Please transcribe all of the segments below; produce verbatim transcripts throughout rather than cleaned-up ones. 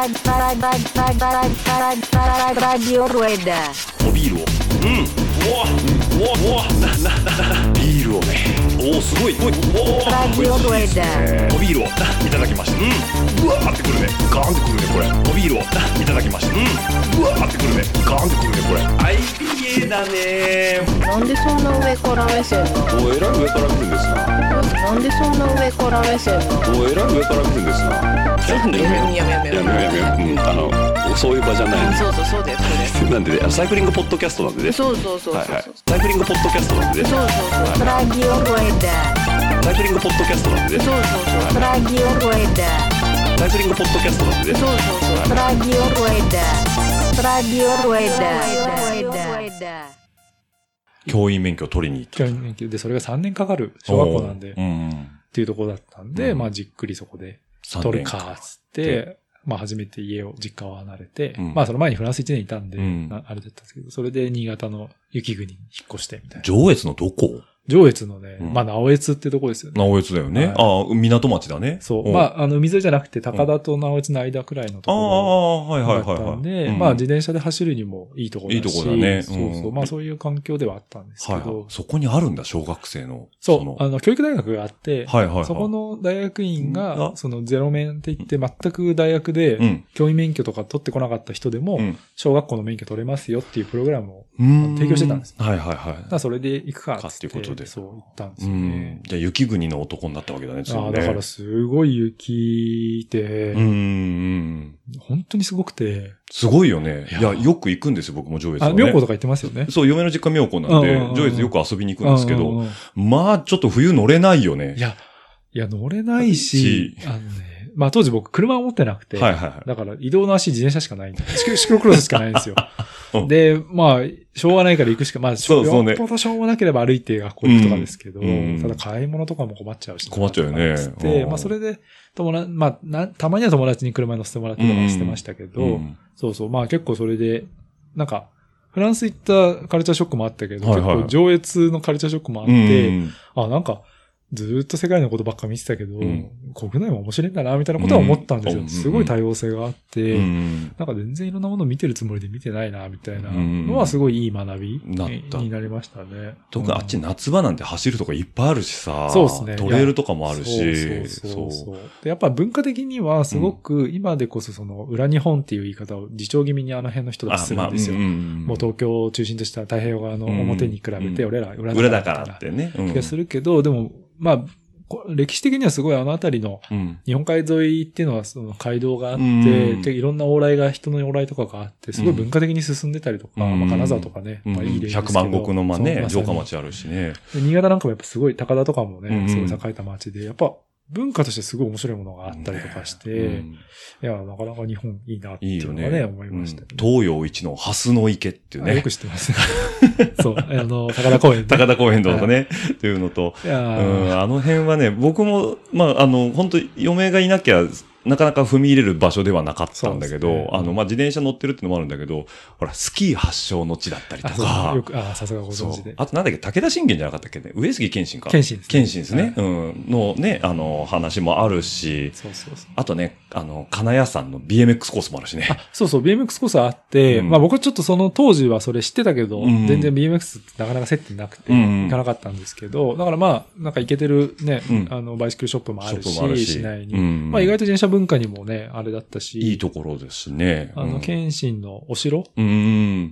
Radio Rueda。 おビールを。うん。おおおおなななビールをね。おおすごい。おお。 Radio Rueda。 おビールをいただきました。うん。うわーってくるね。ガーンってくるねこれ。おビールをいただきました。うん。うわーってくるね。ガーンってくるねこれ。アイピーエー だね。 なんでそんな上から目線なの？ おえらい上から来るんですな。 なんでそんな上から目線なの？ おえらい上から来るんですな。 やめようやめようやめようやめようやめよう。うん、あのそういう場じゃない。 そうそうそうだよそうだよ。 なんでね、サイクリングポッドキャストなんでね。 そうそうそうそう。 はいはい。サイクリングポッドキャストなんでね。 そうそうそう。ラジオルエダ。 サイクリングポッドキャストなんでね。 そうそうそう。ラジオルエダ。 サイクリングポッドキャストなんでね。 そうそうそう。ラジオルエダ。ラジオルエダ。 教員免許を取りに行った。 教員免許で、それがさんねんかかる小学校なんで、 うんうん、 っていうところだったんで、 うん、 まあじっくりそこで取るか、つって、まあ初めて家を、実家を離れて、うん、まあその前にフランスいちねんいたんで、うん、あれだったんですけど、それで新潟の雪国に引っ越してみたいな。 上越のどこ？ 上越のね、 うん、 まあ直越ってとこですよね。 直越だよね。はい、ああ、港町だね。 そう。まあ、あの、水じゃなくて高田と直越の間くらいのところだったんで、まあ自転車で走るにもいいところだし。 いいところだね。 そうそう。まあそういう環境ではあったんですけど。はいはい、 そこにあるんだ、小学生の。 そう。あの、教育大学があって、 はいはいはい、 そこの大学院が、そのゼロ免って言って全く大学で、教員免許とか取ってこなかった人でも、小学校の免許取れますよっていうプログラムを提供してたんです。 はいはいはい。 だからそれで行くかってっていうことで。 そう、行ったんですよね。 じゃあ雪国の男になったわけだね。 ああ、だからすごい雪で、うん、本当にすごくて。 すごいよね。いや、よく行くんですよ、僕も上越は、ね。 あ、妙高とか行ってますよね。 そう、嫁の実家妙高なんで、上越よく遊びに行くんですけど、まあ、ちょっと冬乗れないよね。 いや、いや、乗れないし、あのね、まあ当時僕車を持ってなくて、はいはいはい、だから移動の足自転車しかないんで、シクロクロスしかないんですよ。うん、で、まあ、しょうがないから行くしか、まあ、そうそうね、よっぽどしょうもなければ歩いて学校行くとかですけど、うん、ただ買い物とかも困っちゃうし。 困っちゃうよね。 で、まあそれで、友達、まあな、たまには友達に車に乗せてもらってとかしてましたけど、うん、そうそう、まあ結構それで、なんか、フランス行ったカルチャーショックもあったけど、はいはい、結構上越のカルチャーショックもあって、うん、あ、なんか、ずーっと世界のことばっか見てたけど、うん、国内も面白いんだな、みたいなことは思ったんですよ。うん、すごい多様性があって、うん、なんか全然いろんなものを見てるつもりで見てないな、みたいなのはすごいいい学びになりましたね。 特にあっち夏場なんて走るとかいっぱいあるしさ、そうですね。トレイルとかもあるし、 そうそうそうでやっぱ文化的にはすごく今でこそその裏日本っていう言い方を自重気味にあの辺の人たちするんですよ。まあうんうん、もう東京を中心とした太平洋側の表に比べて俺ら裏だからってね。気がするけど、でもまあ、歴史的にはすごいあの辺りの日本海沿いっていうのはその街道があって、うん、でいろんな往来が人の往来とかがあってすごい文化的に進んでたりとか、うんまあ、金沢とかね、うんまあ、いい例ですけどひゃくまん石のまね城下町あるしね。 新潟なんかもやっぱすごい高田とかもねすごい栄えた町でやっぱ文化としてすごい面白いものがあったりとかして、ねうん、いや、なかなか日本いいなっていうのがね、いいね思いました、ねうん。東洋一の蓮の池っていうね。 よく知ってます。そう、あの、高田公園、ね。 高田公園とかね、っていうのと、いやうん、あの辺はね、僕も、まあ、あの、本当嫁がいなきゃ、なかなか踏み入れる場所ではなかったんだけど、ね、あの、まあ、自転車乗ってるってのもあるんだけど、ほら、スキー発祥の地だったりとか。 あよく、あさすがご存知で。 あとなんだっけ、武田信玄じゃなかったっけね。上杉謙信か。 謙信ですね。 謙信ですね。はい、うん。のね、あの、話もあるし、 そうそうそう。 あとね、あの、金谷山の ビーエムエックス コースもあるしね。 あ、そうそう、ビーエムエックス コースあって、うん、まあ僕はちょっとその当時はそれ知ってたけど、うん、全然 ビーエムエックス ってなかなか接点なくて、行かなかったんですけど、うん、だからまあ、なんか行けてるね、うん、あの、バイシクルショップもあるし、市内に。うん、まあ意外と自転車文化にもね、あれだったし。 いいところですね。 あの、謙信のお城、 うん、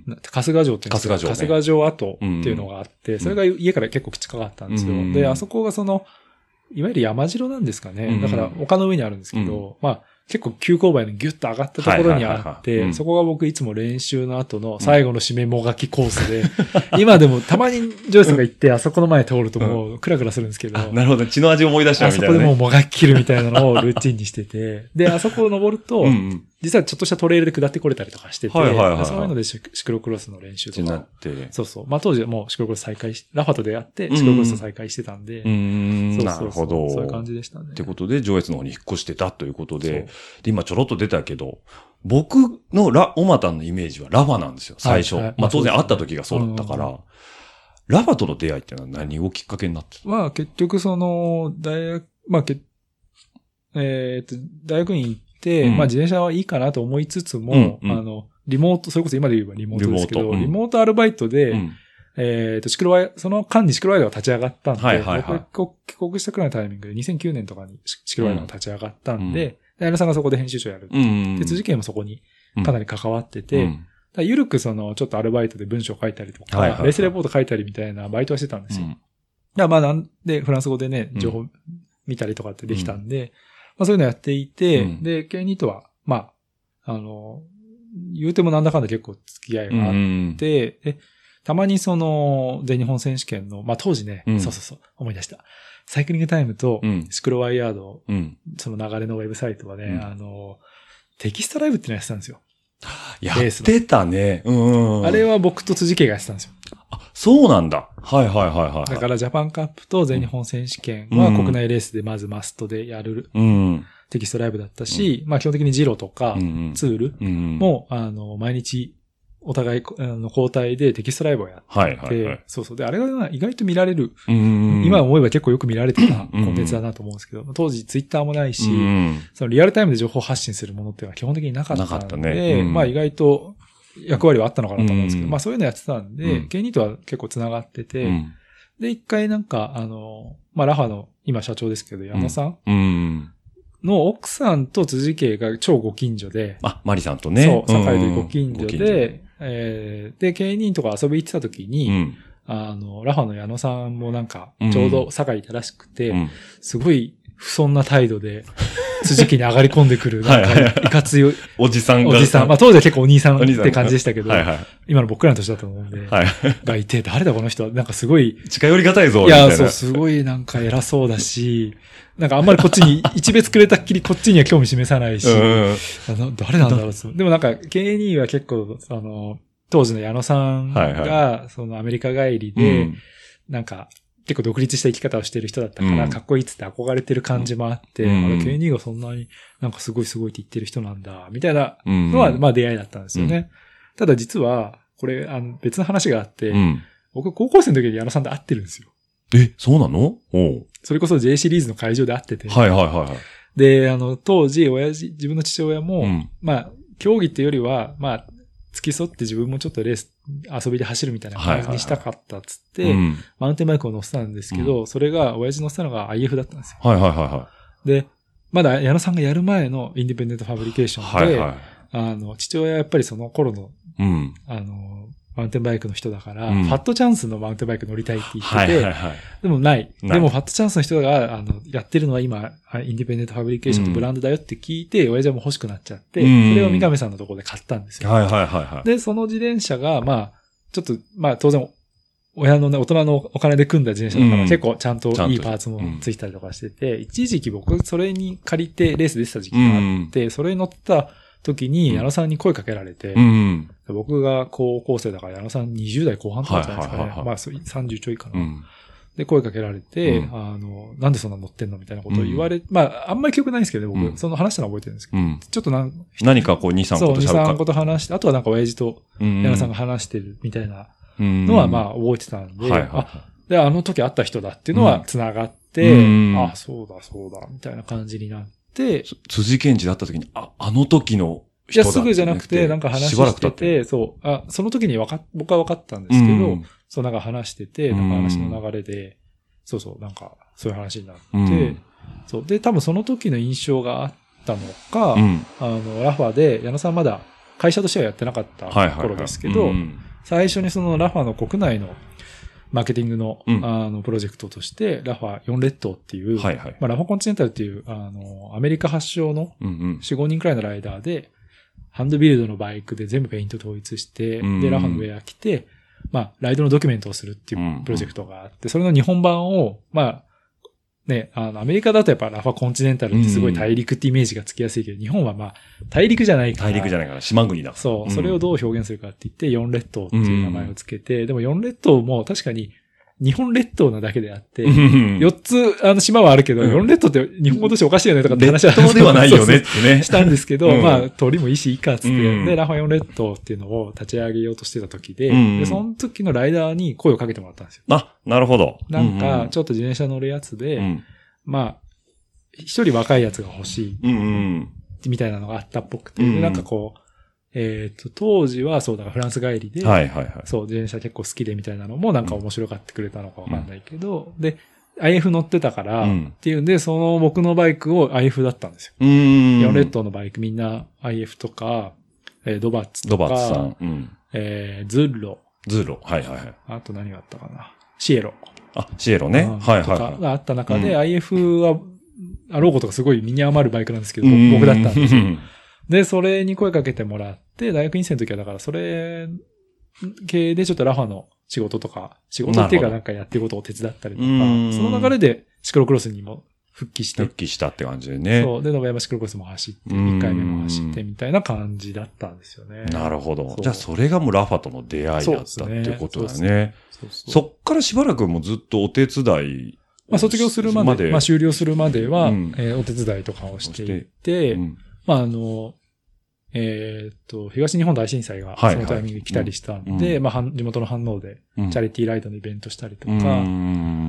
春日城っていうの春日城、ね、 春日城跡っていうのがあって、それが家から結構近かったんですよ。うん、で、あそこがその、いわゆる山城なんですかね。うん、だから丘の上にあるんですけど、うん、まあ、結構急勾配のギュッと上がったところにあって、そこが僕いつも練習の後の最後の締めもがきコースで、うん、今でもたまにジョイさんが行ってあそこの前通るともうクラクラするんですけど、 うん、なるほど、血の味を思い出しちゃうみたいな、ね。 あそこでもうもがき切るみたいなのをルーティンにしてて、で、あそこを登ると、うんうん実はちょっとしたトレイルで下ってこれたりとかしてて、はいはいはいはい、そういうのでシクロクロスの練習とか。そうそう。まあ当時はもうシクロクロス再開し、ラファと出会ってシクロクロス再開してたんで。 うん、 そうそうそうなるほど。 そういう感じでしたね。 ってことで上越の方に引っ越してたということで、で今ちょろっと出たけど、僕のラ、オマタンのイメージはラファなんですよ、最初。はいはい、まあ当然会った時がそうだったから、うん、ラファとの出会いってのは何をきっかけになってた？ まあ結局その、大学、まあけ、えー、っと、大学院行って、 うん、 まあ自転車はいいかなと思いつつも、 うんうん、 あの、リモート、それこそ今で言えばリモートですけど、リモート,、 リモート、うん、 リモートアルバイトで、うん、えっ、ー、と、シクロワイ、その間にシクロワイダーが立ち上がったんで、はいはいはい、僕帰国したくらいのタイミングでにせんきゅうねんとかにシクロワイダーが立ち上がったんで、矢野さんがそこで編集長やる。うん、で、辻健もそこにかなり関わってて、うん、だゆるくその、ちょっとアルバイトで文章を書いたりとか、はいはいはい、レースレポート書いたりみたいなバイトはしてたんですよ。うん、だからまあなんで、フランス語でね、情報見たりとかってできたんで、うん、まあそういうのやっていて、うん、で、ケーにとは、まあ、あの、言うてもなんだかんだ結構付き合いがあって、うん、で、たまにその、全日本選手権の、まあ当時ね、うん、そうそうそう、思い出した。サイクリングタイムと、シクロワイヤード、うん、その流れのウェブサイトはね、うん、あの、テキストライブっていうのやってたんですよ。 やってたね。うん。 あれは僕と辻家がやってたんですよ。 あ、そうなんだ。はいはいはいはい。 だからジャパンカップと全日本選手権は国内レースでまずマストでやる。うん。テキストライブだったし、うん、まあ基本的にジロとかツールも、うんうん、あの、毎日お互いあの交代でテキストライブをやってて、はいはいはい、そうそう。で、あれが意外と見られる。うん、今思えば結構よく見られてたコンテンツだなと思うんですけど、当時ツイッターもないし、うん、そのリアルタイムで情報発信するものっていうのは基本的になかったので、なかったね、うん、まあ意外と役割はあったのかなと思うんですけど、うん、まあそういうのやってたんで、うん、ケーにとは結構繋がってて、うん、で、一回なんか、あの、まあラファの今社長ですけど、矢野さん、うんうんの奥さんと辻家が超ご近所で。 あ、マリさんとね。 そう、堺でご近所で、うん、えー、で、ケーにとか遊び行ってた時に、うん、あの、ラファの矢野さんもなんか、ちょうど堺いたらしくて、うん、すごい不遜な態度で、辻家に上がり込んでくる、なんか、いかついおじさんが。 おじさん。まあ当時は結構お兄さんって感じでしたけど、はいはい、今の僕らの年だと思うんで、はい、がいて、誰だこの人は、なんかすごい。 近寄りがたいぞ、 いや、そう、すごいなんか偉そうだし、なんかあんまりこっちに、一別くれたっきりこっちには興味示さないし、うん、あの誰なんだろうと。でもなんか、ケーには結構、あの、当時の矢野さんが、はいはい、そのアメリカ帰りで、うん、なんか、結構独立した生き方をしてる人だったから、うん、かっこいいっつって憧れてる感じもあって、うん、あれ、ケーにがそんなになんかすごいすごいって言ってる人なんだ、みたいなのは、まあ出会いだったんですよね。うん、ただ実は、これ、あの、別の話があって、うん、僕高校生の時に矢野さんと会ってるんですよ。 え、そうなの？おう。 それこそ J シリーズの会場で会ってて。 はいはいはい。 で、あの、当時、親父、自分の父親も、うん、まあ、競技っていうよりは、まあ、付き添って自分もちょっとレース、遊びで走るみたいな感じにしたかったっつって、はいはいはい、マウンテンバイクを乗せたんですけど、うん、それが、親父乗せたのが アイエフ だったんですよ。 はいはいはいはい。 で、まだ矢野さんがやる前のインディペンデントファブリケーションで、はいはい、あの、父親はやっぱりその頃の、うん、あの、マウンテンバイクの人だから、うん、ファットチャンスのマウンテンバイク乗りたいって言ってて、はいはいはい、でもない。ないでもファットチャンスの人が、あの、やってるのは今、インディペンデントファブリケーションとブランドだよって聞いて、うん、親父はもう欲しくなっちゃって、うん、それを三上さんのところで買ったんですよ。はいはいはいはい。で、その自転車が、まあ、ちょっと、まあ当然、親のね、大人のお金で組んだ自転車だから、うん、結構ちゃんといいパーツもついたりとかしてて、うん、一時期僕、それに借りてレース出てた時期があって、うん、それに乗った時に矢野さんに声かけられて、うん、僕が高校生だから矢野さんにじゅう代後半とかじゃないですかね。はいはいはいはい、まあさんじゅうちょいかな。うん、で、声かけられて、うん、あの、なんでそんな乗ってんのみたいなことを言われ、うん、まあ、あんまり記憶ないんですけど、僕、うん、その話したの覚えてるんですけど、うん、ちょっとなん、 何かこうに、さんこと喋るか。 そう、に、さんこと話して、あとはなんか親父と矢野さんが話してるみたいなのは、まあ、覚えてたんで、はいはいはい、あ、で、あの時会った人だっていうのは繋がって、うん、あ、そうだそうだ、みたいな感じになって、 辻健治だった時に、あ、あの時の、いや、 すぐじゃなくて、なんか話してて、そう、あ、その時にわか、僕は分かったんですけど、うん、そうなんか話してて、なんか話の流れで、うん、そうそう、なんか、そういう話になって、うん、そう、で、多分その時の印象があったのか、うん、あの、ラファで、矢野さんまだ会社としてはやってなかった頃ですけど、最初にそのラファの国内のマーケティングの、うん、あの、プロジェクトとして、ラファよん列島っていう、はいはい、まあ、ラファコンチネンタルっていう、あの、アメリカ発祥のよん、ごにんくらいのライダーで、ハンドビルドのバイクで全部ペイント統一して、うん、で、ラファのウェア着て、まあ、ライドのドキュメントをするっていうプロジェクトがあって、それの日本版を、まあ、ね、あの、アメリカだとやっぱラファコンチネンタルってすごい大陸ってイメージがつきやすいけど、日本はまあ、大陸じゃないから。 大陸じゃないから、島国だ。 そう、それをどう表現するかって言って、よん列島っていう名前をつけて、でもよん列島も確かに、日本列島なだけであって、よっつ、あの、島はあるけど、よん列島って日本語としておかしいよねとかって話は。 列島ではないよねってね。 したんですけど、うん、まあ、通りもいいし、いいかっつって、うん、で、ラファよん列島っていうのを立ち上げようとしてた時で、うん、で、その時のライダーに声をかけてもらったんですよ。 あ、なるほど。 なんか、ちょっと自転車乗るやつで、うん、まあ、一人若いやつが欲しい。うんうん、 みたいなのがあったっぽくて、 うん、 なんかこう、えっと、当時はそうだからフランス帰りで、 はいはいはい。 そう、自転車結構好きでみたいなのもなんか面白がってくれたのかわかんないけど、うん、で、アイエフ 乗ってたから、っていうんで、その僕のバイクを アイエフ だったんですよ。うん。よんレッドのバイクみんな アイエフ とか、えー、ドバッツとか、 ドバッツさん。うん。 えー、ズッロ。 ズッロ。はいはいはい。 あと何があったかな。シエロ。 あ、シエロね。はいはい、はい。 とかがあった中で、うん、アイエフ は、あろうことがすごい身に余るバイクなんですけど、僕だったんですよ。で、それに声かけてもらって、大学院生の時はだからそれ系でちょっとラファの仕事とか、仕事っていうかなんかやってることを手伝ったりとか、その流れでシクロクロスにも復帰して。 復帰したって感じでね。 そう。で、野山シクロクロスも走って、いっかいめも走ってみたいな感じだったんですよね。 なるほど。じゃあそれがもうラファとの出会いだったってことだね。そうそう。そっからしばらくもうずっとお手伝い。 まあ卒業するまで、まあ終了するまでは、うんえー、お手伝いとかをしていて、うん、まああの、えっと、東日本大震災がそのタイミングで来たりしたんで、はいはいまあ地元の反応でチャリティーライドのイベントしたりとか、うん、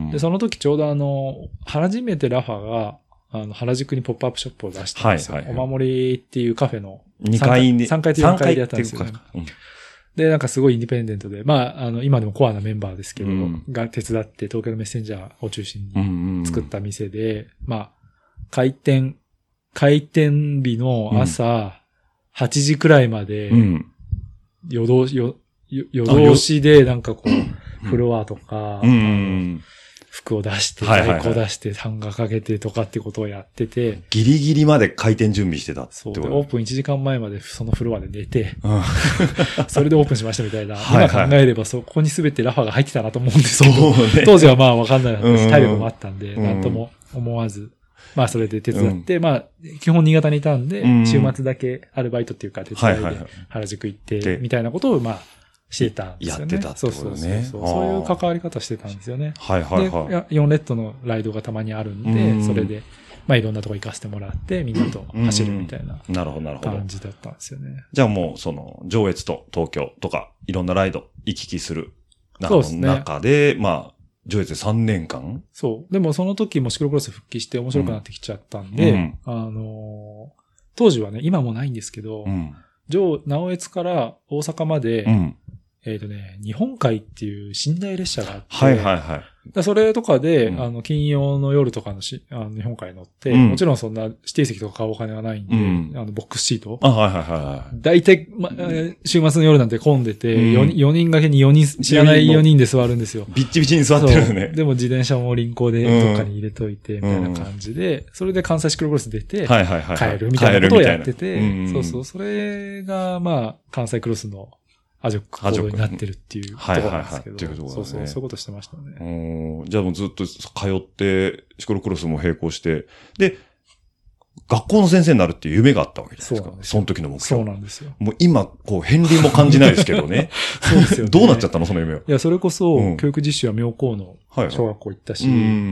で、その時ちょうどあの、初めてラファが、あの、原宿にポップアップショップを出したんですよ。はいはいはい、お守りっていうカフェのにかいに、 さんかいとよんかいでやったんですよね。で、なんかすごいインディペンデントで、まあ、あの、今でもコアなメンバーですけど、うん、が手伝って東京のメッセンジャーを中心に作った店で、うんうんうん、まあ、開店、開店日の朝はちじくらいまで、うん、夜通し、夜通しでなんかこう、フロアとか、うんうん服を出して、在庫を出して、ハンガーかけてとかってことをやってて。 ギリギリまで開店準備してたってこと。 そう。オープンいちじかんまえまでそのフロアで寝て、うん、それでオープンしましたみたいな。はいはい、今考えればそこに全てラファが入ってたなと思うんですけど、ね、当時はまあわかんない話、体力もあったんで、なんとも思わず、まあそれで手伝って、うん、まあ基本新潟にいたんで、うん、週末だけアルバイトっていうか手伝いで原宿行って、みたいなことをまあ、してたんですよね。 やってたってことね。そうそうそうそう。そういう関わり方してたんですよね。 はいはいはい。 で、よんレッドのライドがたまにあるんで、うんそれで、まあいろんなとこ行かせてもらって、みんなと走るみたいな感じだったんですよね。 じゃあもう、その、上越と東京とか、いろんなライド行き来する中で、中で、まあ、上越でさんねんかんそう。でもその時もシクロクロス復帰して面白くなってきちゃったんで、うん、あのー、当時はね、今もないんですけど、うん、上、直越から大阪まで、うんえっ、ー、とね、日本海っていう寝台列車があって、 はいはいはい。 だそれとかで、うん、あの、金曜の夜とかのしあの日本海乗って、うん、もちろんそんな指定席とか買うお金はないんで、うん、あの、ボックスシート。 あ、はいはいはい。 だいたい、ま、週末の夜なんて混んでて、うん、よにん、よにん掛けによにん、知らないよにんで座るんですよ。 ビッチビチに座ってるね。 でも自転車も臨行でどっかに入れといて、みたいな感じで、うん、それで関西シクロクロス出て、はいはいはい。帰るみたいなことをやってて、そうそう、それが、まあ、関西クロスの、アジョック行動になってるっていうところなんですけど。はいはいはい。そうそう、そういうことしてましたね。 うん。じゃあもうずっと通って、シクロクロスも並行して、で、学校の先生になるっていう夢があったわけじゃないですか。そうなんです。その時の目標。 そうなんですよ。 もう今、こう、片鱗も感じないですけどね。そうですよね。どうなっちゃったのその夢は。 いや、それこそ、うん、教育実習は妙高の小学校行ったし、はいはい、うんうん、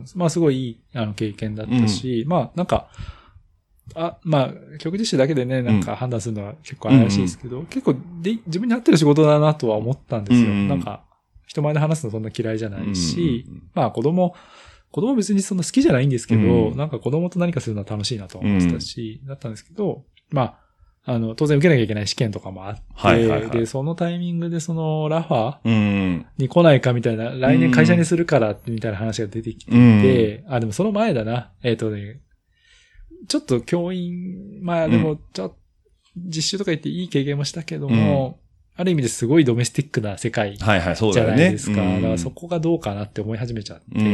まあすごいいいあの経験だったし、うん、まあなんか、あ、まあ、教育実習だけでね、なんか判断するのは結構怪しいですけど、うん、結構で、自分に合ってる仕事だなとは思ったんですよ。うん、なんか、人前で話すのそんな嫌いじゃないし、うん、まあ子供、子供別にそんな好きじゃないんですけど、うん、なんか子供と何かするのは楽しいなと思ってたし、うん、だったんですけど、まあ、あの、当然受けなきゃいけない試験とかもあって、はいはいはい、で、そのタイミングでそのラファに来ないかみたいな、うん、来年会社にするからみたいな話が出てきてて、うん、あ、でもその前だな、えっとね、ちょっと教員、まあでも、ちょっと、実習とか言っていい経験もしたけども、うん、ある意味ですごいドメスティックな世界じゃないですか。はいはい、そうだよね。だからそこがどうかなって思い始めちゃって、うん、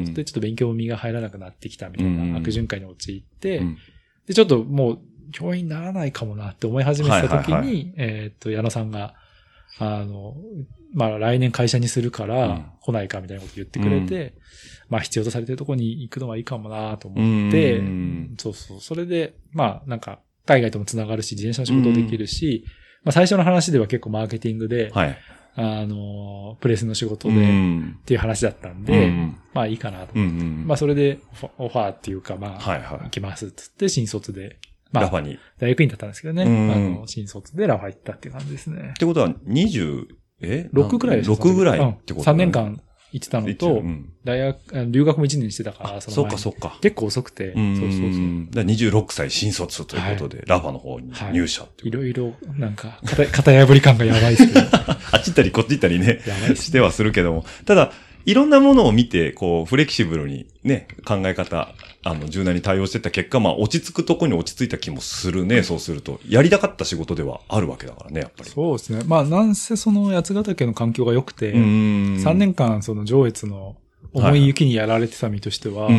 そうでちょっと勉強も身が入らなくなってきたみたいな悪循環に陥って、うん、で、ちょっともう教員にならないかもなって思い始めてた時に、はいはいはい、えっと、矢野さんが、あの、まあ来年会社にするから来ないかみたいなこと言ってくれて、うん、まあ必要とされてるところに行くのはいいかもなと思って、うん、そうそう。それで、まあなんか海外ともつながるし、自転車の仕事できるし、うん、まあ最初の話では結構マーケティングで、はい、あの、プレスの仕事でっていう話だったんで、うん、まあいいかなと思って、うんうん、まあそれでオファーっていうかまあ、はいはい、行きますっつって新卒で、まあ、ラファに。大学院だったんですけどね。うん、あの、新卒でラファ行ったっていう感じですね。 ってことはにじゅう、えろく ぐらいですろくぐらいってこと、ね、 さんねんかん行ってたのと、うん、大学、留学もいちねんしてたから、 その前にそうかそうか。 結構遅くて。 うんそうそうそう。だにじゅうろくさい新卒ということで、はい、ラファの方に入社っていう、はい。いろいろ、なんか、型破り感がやばいですけど。 あっち行ったりこっち行ったりね、やばいしてはするけども。ただ、いろんなものを見て、こう、フレキシブルにね、考え方、あの、柔軟に対応していった結果、まあ、落ち着くとこに落ち着いた気もするね、そうすると。やりたかった仕事ではあるわけだからね、やっぱり。 そうですね。まあ、なんせその八ヶ岳の環境が良くて、さんねんかんその上越の重い雪にやられてた身としては、はい、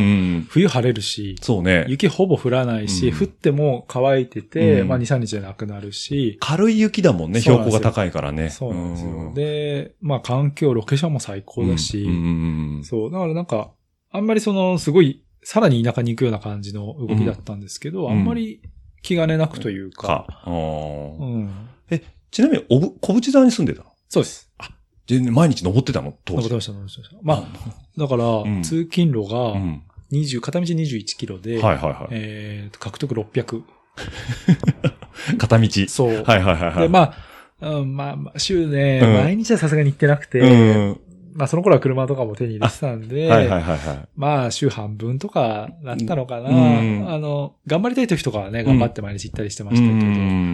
冬晴れるし、 そうね。 雪ほぼ降らないし、降っても乾いてて、まあ、に、さんにちでなくなるし。 軽い雪だもんね、標高が高いからね。 そうなんですよ。で、まあ、環境、ロケーションも最高だし、そう、だからなんか、あんまりその、すごい、さらに田舎に行くような感じの動きだったんですけど、うん、あんまり気兼ねなくというか。かうん、 え、ちなみに、おぶ、小淵沢に住んでたの？ そうです。 あ、で、毎日登ってたの？当時。 登ってました、登ってました。まあ、だから、うん、通勤路が、にじゅう、片道にじゅういちキロで、 はいはいはい。 えー、獲得ろっぴゃく。 片道。 そう。 はいはいはい。 で、まあ、うん、まあ、週ね、うん、毎日はさすがに行ってなくて、うんまあその頃は車とかも手に入れてたんで、はいはいはいはい、まあ週半分とかだったのかな、うん、あの、頑張りたい時とかはね、頑張って毎日行ったりしてましたけど、うん、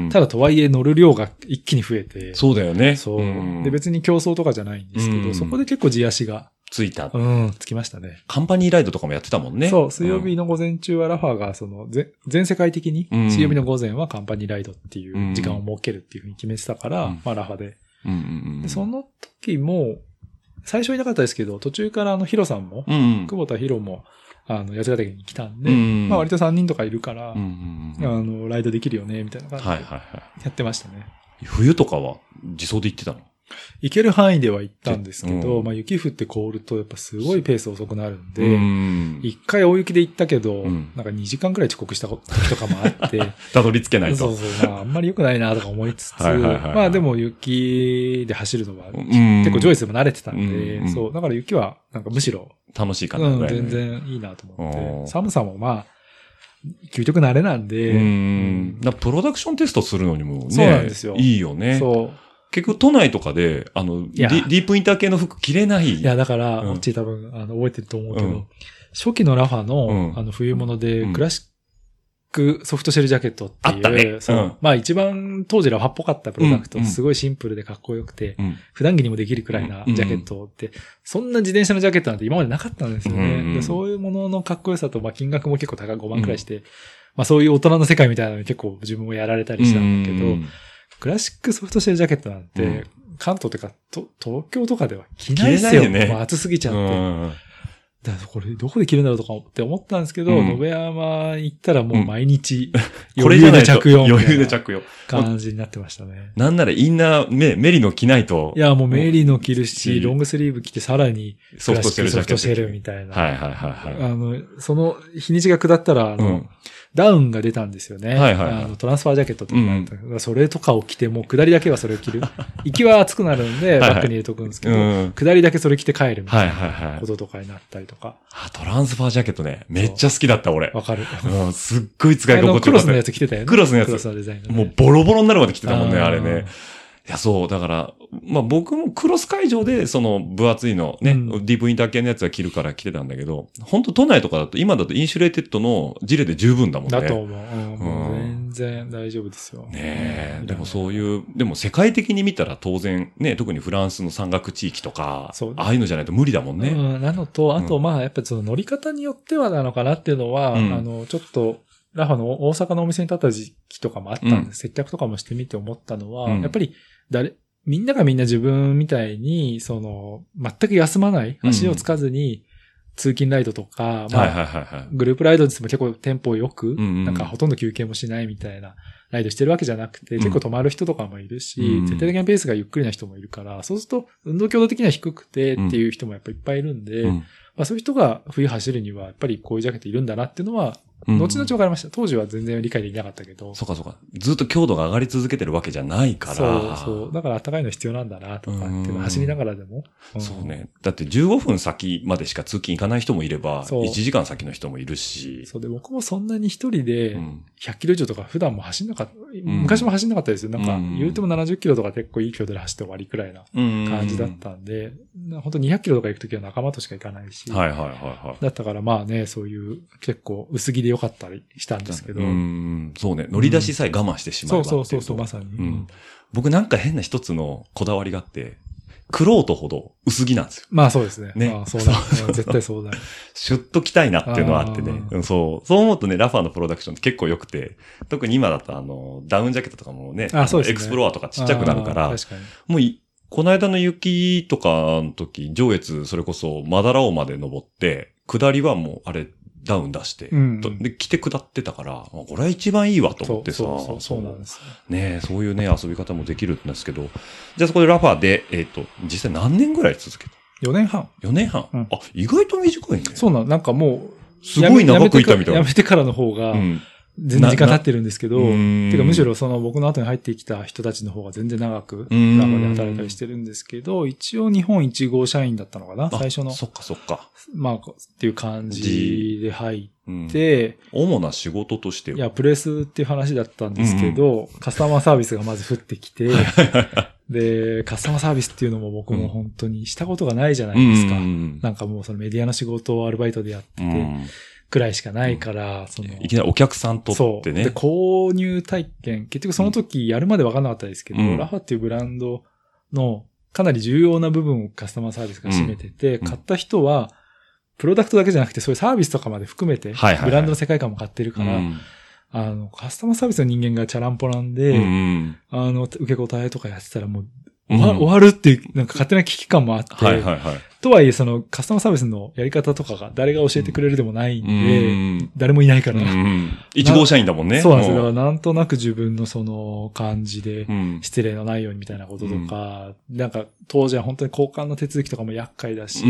ただとはいえ乗る量が一気に増えて。 そうだよね。 そう。うん、で別に競争とかじゃないんですけど、うん、そこで結構地足が。 ついた。 うん、つきましたね。 カンパニーライドとかもやってたもんね。 そう、水曜日の午前中はラファーが、その、全世界的に、水曜日の午前はカンパニーライドっていう時間を設けるっていうふうに決めてたから、うん、まあラファで。うんうんうん、でその時も、最初いなかったですけど、途中からあのヒロさんも、うんうん、久保田ヒロも、あの、八ヶ岳に来たんで、うんうん、まあ割とさんにんとかいるから、うんうんうん、あの、ライドできるよね、みたいな感じで、やってましたね、はいはいはい。冬とかは自走で行ってたの？ 行ける範囲では行ったんですけど、うん、まあ雪降って凍るとやっぱすごいペース遅くなるんで、一、うん、回大雪で行ったけど、うん、なんかにじかんくらい遅刻した時とかもあって、 たどり着けないと。 そうそう、まああんまり良くないなとか思いつつ、はいはいはいはい、まあでも雪で走るのは、結構上越でも慣れてたんで、うん、そう、だから雪はなんかむしろ楽しいかなぐらい、ね、 うん、全然いいなと思って、寒さもまあ、究極慣れなんで、 うん、だプロダクションテストするのにもね、 そうなんですよ。 いいよね。 そう。 結局都内とかで、あの、ディ, ディープインター系の服着れない。 いや、だから、うん、オッチー多分、あの、覚えてると思うけど、うん、初期のラファの、うん、あの、冬物で、クラシックソフトシェルジャケットっていう、あったね。そう、うん、まあ一番当時ラファっぽかったプロダクト、うん、すごいシンプルでかっこよくて、うん、普段着にもできるくらいなジャケットって、そんな自転車のジャケットなんて今までなかったんですよね。うん、でそういうもののかっこよさと、まあ金額も結構高いごまんくらいして、うん、まあそういう大人の世界みたいなのに結構自分もやられたりしたんだけど、うんクラシックソフトシェルジャケットなんて、うん、関東というかと、東京とかでは着ないですよ。着れないよね。もう暑すぎちゃって。うん、だからこれどこで着るんだろうとかって思ったんですけど、うん、延山行ったらもう毎日、 うん、余裕で着用。余裕で着用。 感じになってましたね。 なんならインナー、メメリノ着ないと。 いや、もうメリノ着るし、ロングスリーブ着てさらに、ソフトシェルジャケット。ソフトシェルみたいな。 はいはいはいはい。 あの、その日にちが下ったら、あの、うんダウンが出たんですよね。はいはい、はい、あのトランスファージャケットとか、うん、それとかを着て、もう下りだけはそれを着る。行きは暑くなるんで、バッグに入れとくんですけど、はいはいうん、下りだけそれ着て帰るみたいなこととかになったりとか。 あ、トランスファージャケットね。めっちゃ好きだった、俺。 わかる。 うん。すっごい使い心地よかった。 クロスのやつ着てたよね。 クロスのやつ。 クロスのデザイン、ね。 もうボロボロになるまで着てたもんね、あ, あれね。いや、そう、だから、まあ僕もクロス会場で、その分厚いのね、うん、ディープインター系のやつは着るから着てたんだけど、本当都内とかだと、今だとインシュレーテッドのジレで十分だもんね。 だと思う。うん、もう全然大丈夫ですよ。 ねえ、うん、でもそういう、でも世界的に見たら当然、ね、特にフランスの山岳地域とか、ああいうのじゃないと無理だもんね。 うん、なのと、あとまあやっぱりその乗り方によってはなのかなっていうのは、うん、あの、ちょっと、ラファの大阪のお店に立った時期とかもあったんです。うん、接客とかもしてみて思ったのは、うん、やっぱり誰、みんながみんな自分みたいに、その、全く休まない、足をつかずに、通勤ライドとか、まあ、グループライドですも結構テンポよく、なんかほとんど休憩もしないみたいなライドしてるわけじゃなくて、結構止まる人とかもいるし、絶対的なペースがゆっくりな人もいるから、そうすると運動強度的には低くてっていう人もやっぱりいっぱいいるんで、まあそういう人が冬走るにはやっぱりこういうジャケットいるんだなっていうのは、 うん、後々わかりました。当時は全然理解できなかったけど。 そうかそうか。ずっと強度が上がり続けてるわけじゃないから。 そうそう。だから暖かいの必要なんだなとかっていうの走りながらでも、 うん。そうね。だってじゅうごふん先までしか通勤行かない人もいれば、いちじかん先の人もいるし。 そうで、僕もそんなに一人でひゃっキロ以上とか普段も走んなかった。うん、昔も走んなかったですよ。なんか、言うてもななじゅっキロとか結構いい強度で走って終わりくらいな感じだったんで、うん、本当ににひゃっキロとか行くときは仲間としか行かないし。 はいはいはいはい。 だったからまあね、そういう結構薄着でよかったりしたんですけど。 うん、そうね。乗り出しさえ我慢してしまえば、うん。 そうそうそう、まさに、 うん。僕なんか変な一つのこだわりがあって、クロートほど薄着なんですよ。 まあそうですね。 ね。 ああそうだ。そうそう絶対そうだ。 シュッと着たいなっていうのはあってね。うん、そう。そう思うとね、ラファーのプロダクションって結構良くて、特に今だとあの、ダウンジャケットとかもね、 あそうですね、 エクスプロアとかちっちゃくなるから、 確かにもうい、この間の雪とかの時、上越それこそマダラオまで登って、下りはもうあれ、ダウン出して、うん、で、着て下ってたから、これは一番いいわと思ってさ。 そうそうそう、そうなんです、 ね。ねそういうね、遊び方もできるんですけど、じゃあそこでラファーで、えっ、ー、と、実際何年ぐらい続けた ? よ 年半。 よねんはん、うん、あ、意外と短いね。 そうなの、なんかもう、 すごい長くいたみたいな。 やめてからの方が、うん全然時間経ってるんですけど、てかむしろその僕の後に入ってきた人たちの方が全然長くラファで働いたりしてるんですけど、一応日本一号社員だったのかな最初の。 そっかそっか。 まあ、っていう感じで入って、 うん、主な仕事としては。 いや、プレスっていう話だったんですけど、うん、カスタマーサービスがまず降ってきて、で、カスタマーサービスっていうのも僕も本当にしたことがないじゃないですか。うん、なんかもうそのメディアの仕事をアルバイトでやってて、うんくらいしかないから、うん、そのいきなりお客さんとってね。 そう。で、購入体験、結局その時やるまで分かんなかったですけど、うん、ラファっていうブランドのかなり重要な部分をカスタマーサービスが占めてて、うん、買った人は、プロダクトだけじゃなくてそういうサービスとかまで含めて、はいはいはい、ブランドの世界観も買ってるから、うん、あの、カスタマーサービスの人間がチャランポランで、うん、あの、受け答えとかやってたらもう、終わ、うん、終わるっていう、なんか勝手な危機感もあって、はいはいはい。とはいえ、そのカスタマーサービスのやり方とかが誰が教えてくれるでもないんで、うん、誰もいないから。 いち号社員だもんね。 そうなんですよ。だからなんとなく自分のその感じで、失礼のないようにみたいなこととか、うん、なんか当時は本当に交換の手続きとかも厄介だし、うん、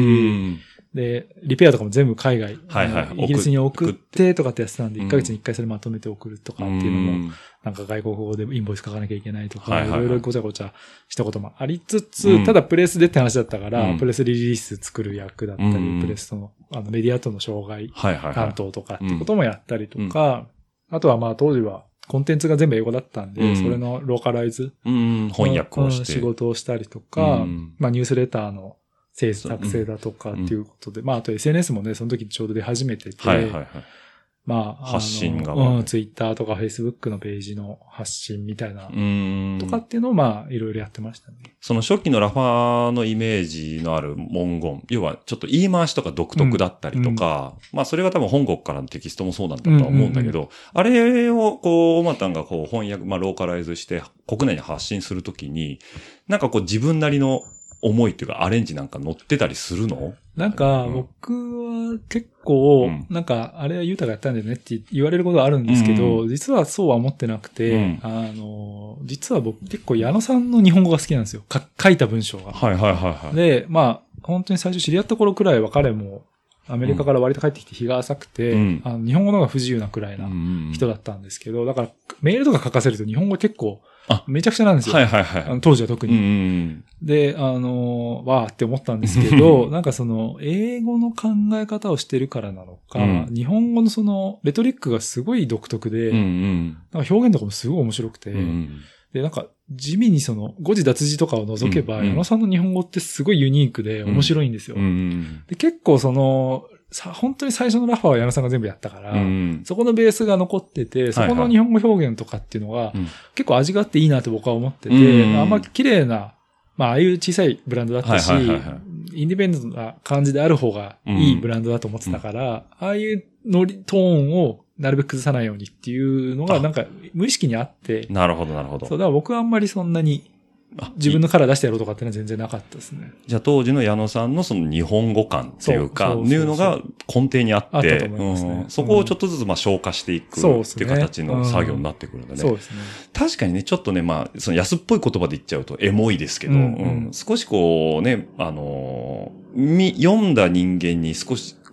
で、リペアとかも全部海外、はいはい、イギリスに送ってとかってやってたんで、いっかげつにいっかいそれまとめて送るとかっていうのも、うん、なんか外国語でインボイス書かなきゃいけないとか、いろいろごちゃごちゃしたこともありつつ、うん、ただプレスでって話だったから、うん、プレスリリース作る役だったり、うん、プレスとの、あのメディアとの障害担当とかってこともやったりとか、あとはまあ当時はコンテンツが全部英語だったんで、うん、それのローカライズ、 うん、翻訳をして、 仕事をしたりとか、うん、まあニュースレターの制作成だとかっていうことで、うん、まああと エスエヌエス もね、その時ちょうど出始めてて、はいはいはい、まあ、 発信側、 うん、ツイッターとかフェイスブックのページの発信みたいな、とかっていうのをまあ、いろいろやってましたね。 その初期のラファーのイメージのある文言、要はちょっと言い回しとか独特だったりとか、うん、まあそれが多分本国からのテキストもそうなんだとは思うんだけど、うんうんうん、あれをこう、オマタンがこう翻訳、まあローカライズして国内に発信するときに、なんかこう自分なりの思いっていうかアレンジなんか載ってたりするの？ なんか、僕は結構、うん、なんか、あれはユータがやったんだよねって言われることはあるんですけど、うん、実はそうは思ってなくて、うん、あの、実は僕結構矢野さんの日本語が好きなんですよ。か書いた文章が。はいはいはいはい。で、まあ、本当に最初知り合った頃くらいは彼も、アメリカから割と帰ってきて日が浅くて、うん、あの日本語の方が不自由なくらいな人だったんですけど、だからメールとか書かせると日本語結構めちゃくちゃなんですよ。はいはいはい。あの当時は特に。うん、で、あの、わーって思ったんですけど、なんかその英語の考え方をしてるからなのか、うん、日本語のそのレトリックがすごい独特で、うんうん、なんか表現とかもすごい面白くて、うん、で、なんか地味にその誤字脱字とかを除けば、うんうん、矢野さんの日本語ってすごいユニークで面白いんですよ。うんうん、で結構その、さ、本当に最初のラファーは矢野さんが全部やったから、うん、そこのベースが残ってて、そこの日本語表現とかっていうのが、はいはい、結構味があっていいなと僕は思ってて、うん、あんま綺麗な、まあああいう小さいブランドだったし、はいはいはいはい、インディペンデントな感じである方がいいブランドだと思ってたから、うん、ああいうノリ、トーンをなるべく崩さないようにっていうのがなんか無意識にあって、 なるほどなるほど。 そう、だから僕はあんまりそんなに、自分のカラー出してやろうとかっていうのは全然なかったですね。 じゃあ当時の矢野さんのその日本語感っていうか、そうそうそうそういうのが根底にあって、あったと思いますね、うん、そこをちょっとずつまあ消化していくっていう形の作業になってくるんだね。そうですね。確かにね、ちょっとね、まあ、その安っぽい言葉で言っちゃうとエモいですけど、うんうんうん、少しこうね、あのー、読んだ人間に少しこう、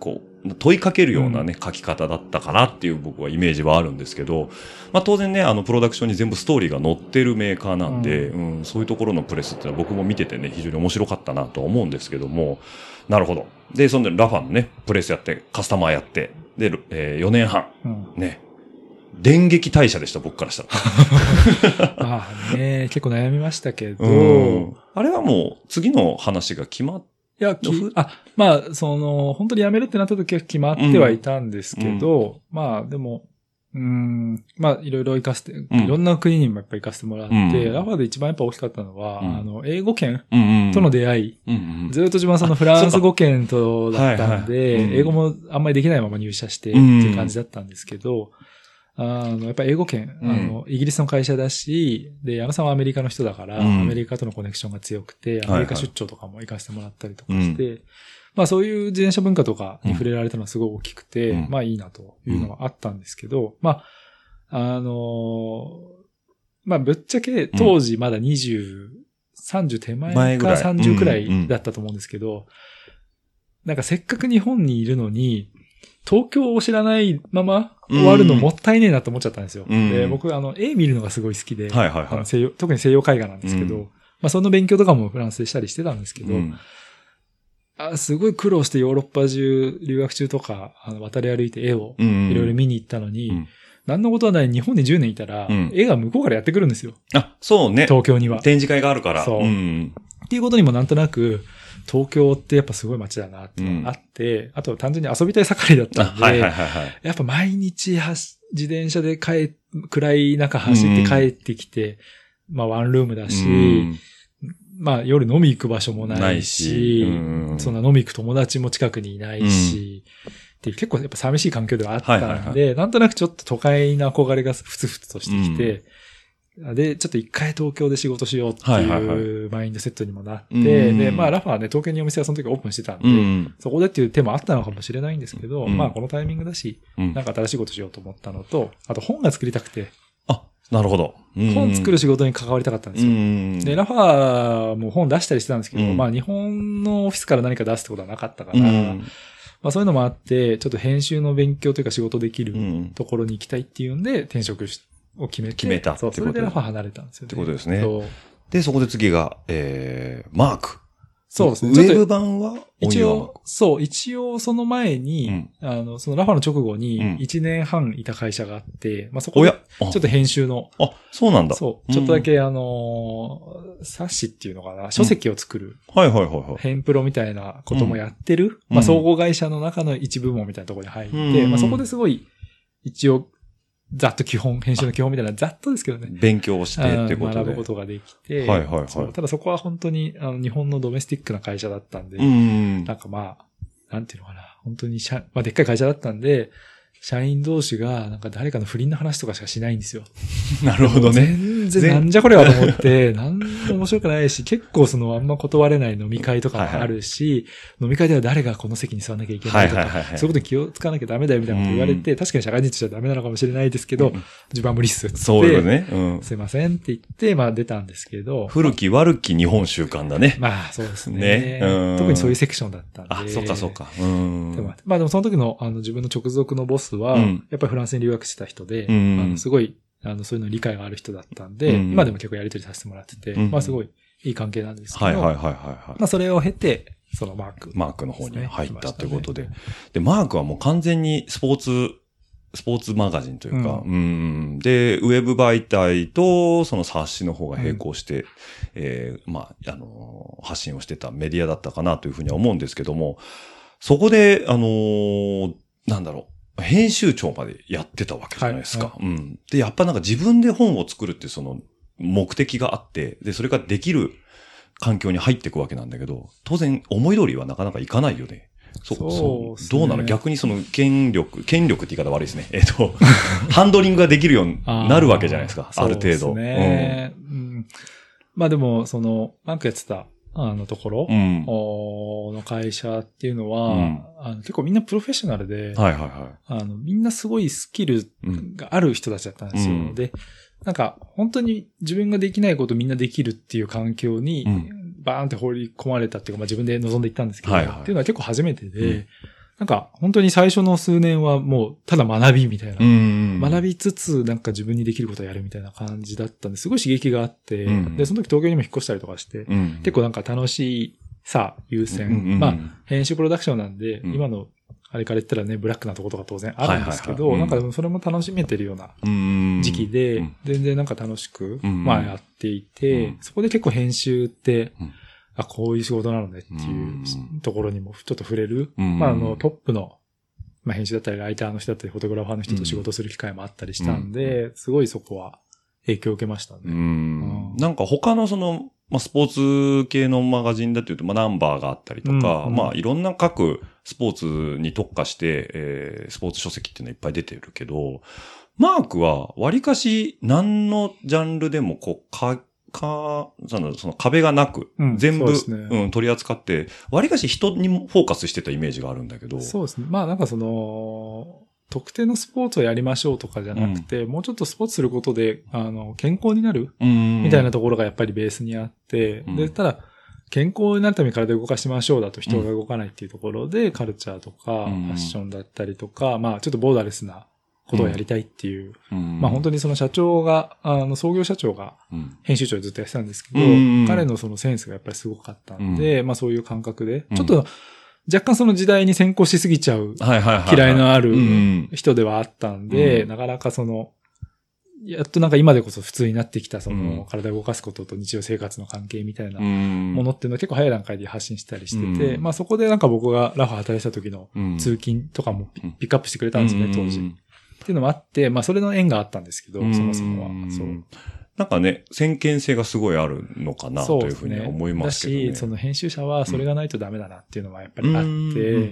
問いかけるようなね、うん、書き方だったかなっていう僕はイメージはあるんですけど、まあ当然ね、あの、プロダクションに全部ストーリーが載ってるメーカーなんで、うん、うん、そういうところのプレスっていうのは僕も見ててね、非常に面白かったなと思うんですけども、なるほど。で、そんでラファのね、プレスやって、カスタマーやって、で、えー、よねんはん、うん、ね、電撃退社でした、僕からしたら。 まあね、結構悩みましたけど、 うん、あれはもう次の話が決まっいや、き、あ、まあ、その、本当に辞めるってなった時は決まってはいたんですけど、うん、まあ、でも、うーん、まあ、いろいろ行かせて、うん、いろんな国にもやっぱり行かせてもらって、うん、ラファで一番やっぱ大きかったのは、うん、あの、英語圏との出会い、うんうん、ずっと自分はそのフランス語圏とだったんで、はいはい、英語もあんまりできないまま入社してっていう感じだったんですけど、あの、やっぱり英語圏、うん、あの、イギリスの会社だし、で、矢野さんはアメリカの人だから、うん、アメリカとのコネクションが強くて、アメリカ出張とかも行かせてもらったりとかして、はいはい、まあそういう自転車文化とかに触れられたのはすごい大きくて、うん、まあいいなというのはあったんですけど、うん、まあ、あの、まあぶっちゃけ当時まだにじゅう、さんじゅう手前かさんじゅうくらいだったと思うんですけど、なんかせっかく日本にいるのに、東京を知らないまま終わるのもったいねえなと思っちゃったんですよ。うん、で、僕、あの、絵見るのがすごい好きで、はいはいはい、あの西洋特に西洋絵画なんですけど、うん、まあその勉強とかもフランスでしたりしてたんですけど、うん、あすごい苦労してヨーロッパ中、留学中とか、あの渡り歩いて絵をいろいろ見に行ったのに、うん、何のことはない日本にじゅうねんいたら、うん、絵が向こうからやってくるんですよ。 あ、そうね。 東京には。 展示会があるから。 そう。うん、っていうことにもなんとなく、東京ってやっぱすごい街だなってのがあって、うん、あと単純に遊びたい盛りだったんで、はいはいはいはい、やっぱ毎日自転車で帰、暗い中走って帰ってきて、うん、まあワンルームだし、うん、まあ夜飲み行く場所もないし、ないしうん、そんな飲み行く友達も近くにいないし、うん、っていう結構やっぱ寂しい環境ではあったんで、はいはいはい、なんとなくちょっと都会の憧れがふつふつとしてきて、うんで、ちょっと一回東京で仕事しようっていうマインドセットにもなって、はいはいはい、で、まあラファはね、東京にお店はその時オープンしてたんで、うん、そこでっていう手もあったのかもしれないんですけど、うん、まあこのタイミングだし、うん、なんか新しいことしようと思ったのと、あと本が作りたくて。 あ、なるほど。 うん、本作る仕事に関わりたかったんですよ。うん、で、ラファも本出したりしてたんですけど、うん、まあ日本のオフィスから何か出すってことはなかったから、うん、まあそういうのもあって、ちょっと編集の勉強というか仕事できるところに行きたいっていうんで転職して、を決めて。 決めたってことで。 そう、それでラファ離れたんですよね。 ってことですね。そう。で、そこで次が、えー、マーク。 そうですね。 ウェブ版は一応、そう、一応その前に、うん、あの、そのラファの直後にいちねんはんいた会社があって、うん、まあそこで、ちょっと編集の。 あ、そうなんだ。 そう。ちょっとだけ、あの、冊子っていうのかな、書籍を作る。 うん、はいはいはいはい。 ヘンプロみたいなこともやってる。うん、まあ総合会社の中の一部門みたいなところに入って、うん、まあそこですごい、一応、ざっと基本、編集の基本みたいな、ざっとですけどね。 勉強をしてってことで。 学ぶことができて。 はいはいはい。 ただそこは本当に、あの、日本のドメスティックな会社だったんで、うん、なんかまあ、なんていうのかな。本当に社、まあ、でっかい会社だったんで、社員同士が、なんか誰かの不倫の話とかしかしないんですよ。 なるほどね。 全然なんじゃこれはと思って、なんも面白くないし、結構そのあんま断れない飲み会とかもあるし、はいはい、飲み会では誰がこの席に座らなきゃいけないとか、はいはいはいはい、そういうことに気をつかなきゃダメだよみたいなこと言われて、うん、確かに社会人としてはダメなのかもしれないですけど、うん、自分は無理っすって。 そうよね、うん。 すいませんって言って、まあ出たんですけど。 古き悪き日本習慣だね。 まあそうですね。ねうん、特にそういうセクションだったんで。 あ、そうかそうか。うん、 でもまあでもその時のあの自分の直属のボスは、うん、やっぱりフランスに留学してた人で、うん、あのすごい、あのそういうの理解がある人だったんで、うん、今でも結構やり取りさせてもらってて、うん、まあすごいいい関係なんですけど、はいはいはいはい、はい。まあそれを経て、そのマーク、ね。 マークの方に入ったってことで、ね。で、マークはもう完全にスポーツ、スポーツマガジンというか、うん、うんで、ウェブ媒体とその冊子の方が並行して、うん、えー、まあ、あの、発信をしてたメディアだったかなというふうには思うんですけども、そこで、あのー、なんだろう、編集長までやってたわけじゃないですか。はいはい、うん。で、やっぱなんか自分で本を作るっていうその目的があって、で、それができる環境に入っていくわけなんだけど、当然思い通りはなかなかいかないよね。そう、そう、そう、どうなの？逆にその権力、権力って言い方悪いですね。えっと、ハンドリングができるようになるわけじゃないですか。あ, ある程度。そうですね。 うん。うん、まあでも、その、なんかやってた、あのところ、うん、の会社っていうのは、うん、あの結構みんなプロフェッショナルで、はいはいはい、あのみんなすごいスキルがある人たちだったんですよ。うん、で、なんか本当に自分ができないことみんなできるっていう環境に、バーンって放り込まれたっていうか、まあ自分で望んでいったんですけど、はいはい、っていうのは結構初めてで、うん、 なんか本当に最初の数年はもうただ学びみたいな。うん、学びつつなんか自分にできることをやるみたいな感じだったんで、すごい刺激があって、うん、で、その時東京にも引っ越したりとかして、うん、結構なんか楽しいさ優先。うんうん、まあ、編集プロダクションなんで、うん、今のあれから言ったらね、ブラックなとことか当然あるんですけど、はいはいはい、なんかそれも楽しめてるような時期で、うん、全然なんか楽しく、うん、まあやっていて、うん、そこで結構編集って、うん、あ、こういう仕事なのねっていうところにもちょっと触れる。うん、まあ、あの、トップの、まあ、編集だったり、ライターの人だったり、フォトグラファーの人と仕事する機会もあったりしたんで、うん、すごいそこは影響を受けましたね。うんうん、なんか他のその、まあ、スポーツ系のマガジンだというと、まあ、ナンバーがあったりとか、うんうん、まあ、いろんな各スポーツに特化して、えー、スポーツ書籍っていうのはいっぱい出てるけど、マークは、割かし何のジャンルでもこう、か、か、その、その壁がなく、うん、全部、うね、うん、取り扱って、割かし人にもフォーカスしてたイメージがあるんだけど。 そうですね。まあなんかその、特定のスポーツをやりましょうとかじゃなくて、うん、もうちょっとスポーツすることで、あの、健康になるみたいなところがやっぱりベースにあって、うん、で、ただ、健康になるために体を動かしましょうだと人が動かないっていうところで、うん、カルチャーとか、ファッションだったりとか、まあちょっとボーダーレスなことをやりたいっていう、うん、まあ本当にその社長が、あの創業社長が編集長でずっとやってたんですけど、うん、彼のそのセンスがやっぱりすごかったんで、うん、まあそういう感覚で、ちょっと若干その時代に先行しすぎちゃう嫌いのある人ではあったんで、うん、なかなかその、やっとなんか今でこそ普通になってきたその体を動かすことと日常生活の関係みたいなものっていうのは結構早い段階で発信したりしてて、うん、まあそこでなんか僕がラフ働いてた時の通勤とかもピックアップしてくれたんですよね、当時。っていうのもあって、まあそれの縁があったんですけど、そもそもは。そう。 なんかね、先見性がすごいあるのかなというふうに思いますけどね。 だし、その編集者はそれがないとダメだなっていうのはやっぱりあって、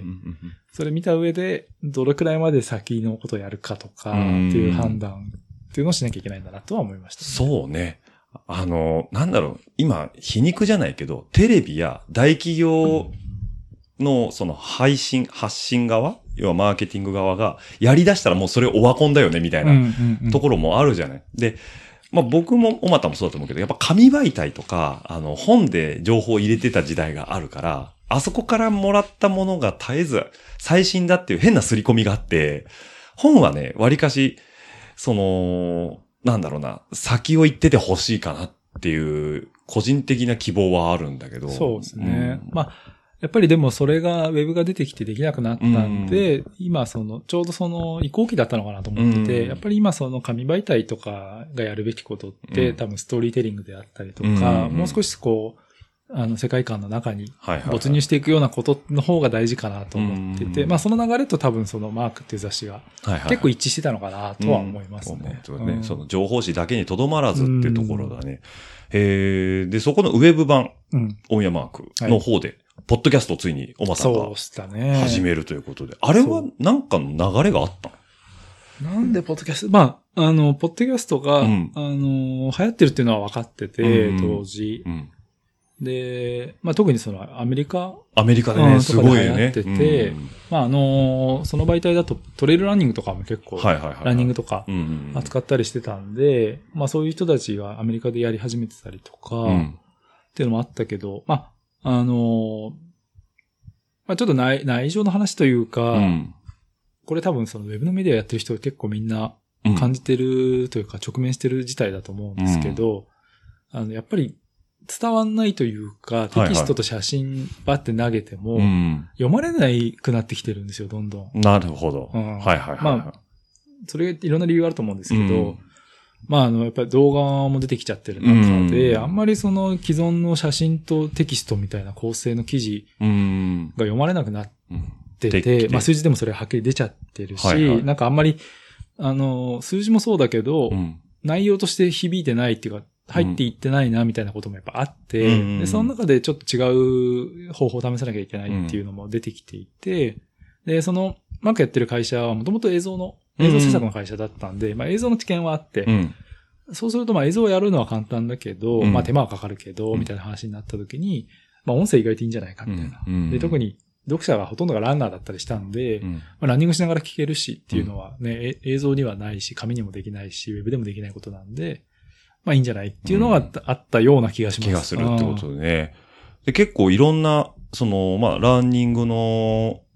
それ見た上でどれくらいまで先のことをやるかとかっていう判断っていうのをしなきゃいけないんだなとは思いました、ね。 そうね。あの、なんだろう、今、皮肉じゃないけど、テレビや大企業のその配信、発信側要はマーケティング側がやり出したらもうそれオワコンだよねみたいなところもあるじゃない。うんうんうん、で、まあ僕もおまたもそうだと思うけど、やっぱ紙媒体とか、あの本で情報を入れてた時代があるから、あそこからもらったものが絶えず最新だっていう変な刷り込みがあって、本はね、割かし、その、なんだろうな、先を行っててほしいかなっていう個人的な希望はあるんだけど。 そうですね。うん、まあやっぱりでもそれがウェブが出てきてできなくなったんで、うん、今その、ちょうどその移行期だったのかなと思ってて、うん、やっぱり今その紙媒体とかがやるべきことって、うん、多分ストーリーテリングであったりとか、うん、もう少しこう、あの世界観の中に没入していくようなことの方が大事かなと思ってて、まあその流れと多分そのマークっていう雑誌が結構一致してたのかなとは思いますね。 その情報誌だけにとどまらずっていうところだね。えー、で、そこのウェブ版、うん、オンヤマークの方で、はい、ポッドキャストをついにおまさんが始めるということで。あれはなんかの流れがあったの？なんでポッドキャストまあ、あの、ポッドキャストが、うん、あの、流行ってるっていうのは分かってて、うん、当時、うん。で、まあ特にそのアメリカアメリカでね、すごいよね。 流行ってて、うん、まああの、その媒体だとトレイルランニングとかも結構、はいはいはいはい、ランニングとか扱ったりしてたんで、まあそういう人たちがアメリカでやり始めてたりとか、うん、っていうのもあったけど、まあ、あの、まあちょっと内、内情の話というか、うん、これ多分そのウェブのメディアやってる人結構みんな感じてるというか直面してる事態だと思うんですけど、うん、あの、やっぱり伝わんないというか、テキストと写真バって投げても、読まれないくなってきてるんですよ、どんどん。なるほど。うん、はいはいはい、はい。まあ、 それいろんな理由あると思うんですけど、うん、まああの、やっぱり動画も出てきちゃってる中で、うん、あんまりその既存の写真とテキストみたいな構成の記事が読まれなくなってて、うん、まあ数字でもそれはっきり出ちゃってるし、はいはい、なんかあんまり、あの、数字もそうだけど、うん、内容として響いてないっていうか、入っていってないなみたいなこともやっぱあって、うん、でその中でちょっと違う方法を試さなきゃいけないっていうのも出てきていて、で、そのマークやってる会社はもともと映像の、映像制作の会社だったんで、うん、まあ映像の知見はあって、うん、そうするとまあ映像をやるのは簡単だけど、うん、まあ手間はかかるけど、うん、みたいな話になった時に、まあ音声意外といいんじゃないかみたいな。うん、で、特に読者がほとんどがランナーだったりしたんで、うんまあ、ランニングしながら聞けるしっていうのはね、うん、映像にはないし、紙にもできないし、ウェブでもできないことなんで、まあいいんじゃないっていうのがあったような気がします。 気がするってことでね。で、結構いろんな、その、まあランニングの、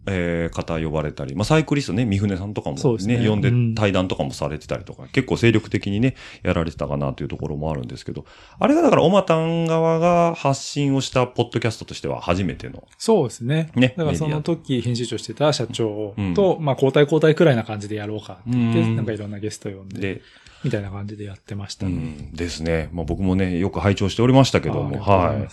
えー、方呼ばれたり、まあ、サイクリストね、三船さんとかもね、 ね呼んで対談とかもされてたりとか、うん、結構精力的にね、やられてたかなというところもあるんですけど、あれがだから、おまたん側が発信をしたポッドキャストとしては初めての。 そうですね。ね。だからその時編集長してた社長と、うん、まあ、交代交代くらいな感じでやろうかって言って、うん、なんかいろんなゲスト呼んで、でみたいな感じでやってましたね。うん、 ですね。まあ、僕もね、よく拝聴しておりましたけども、はい。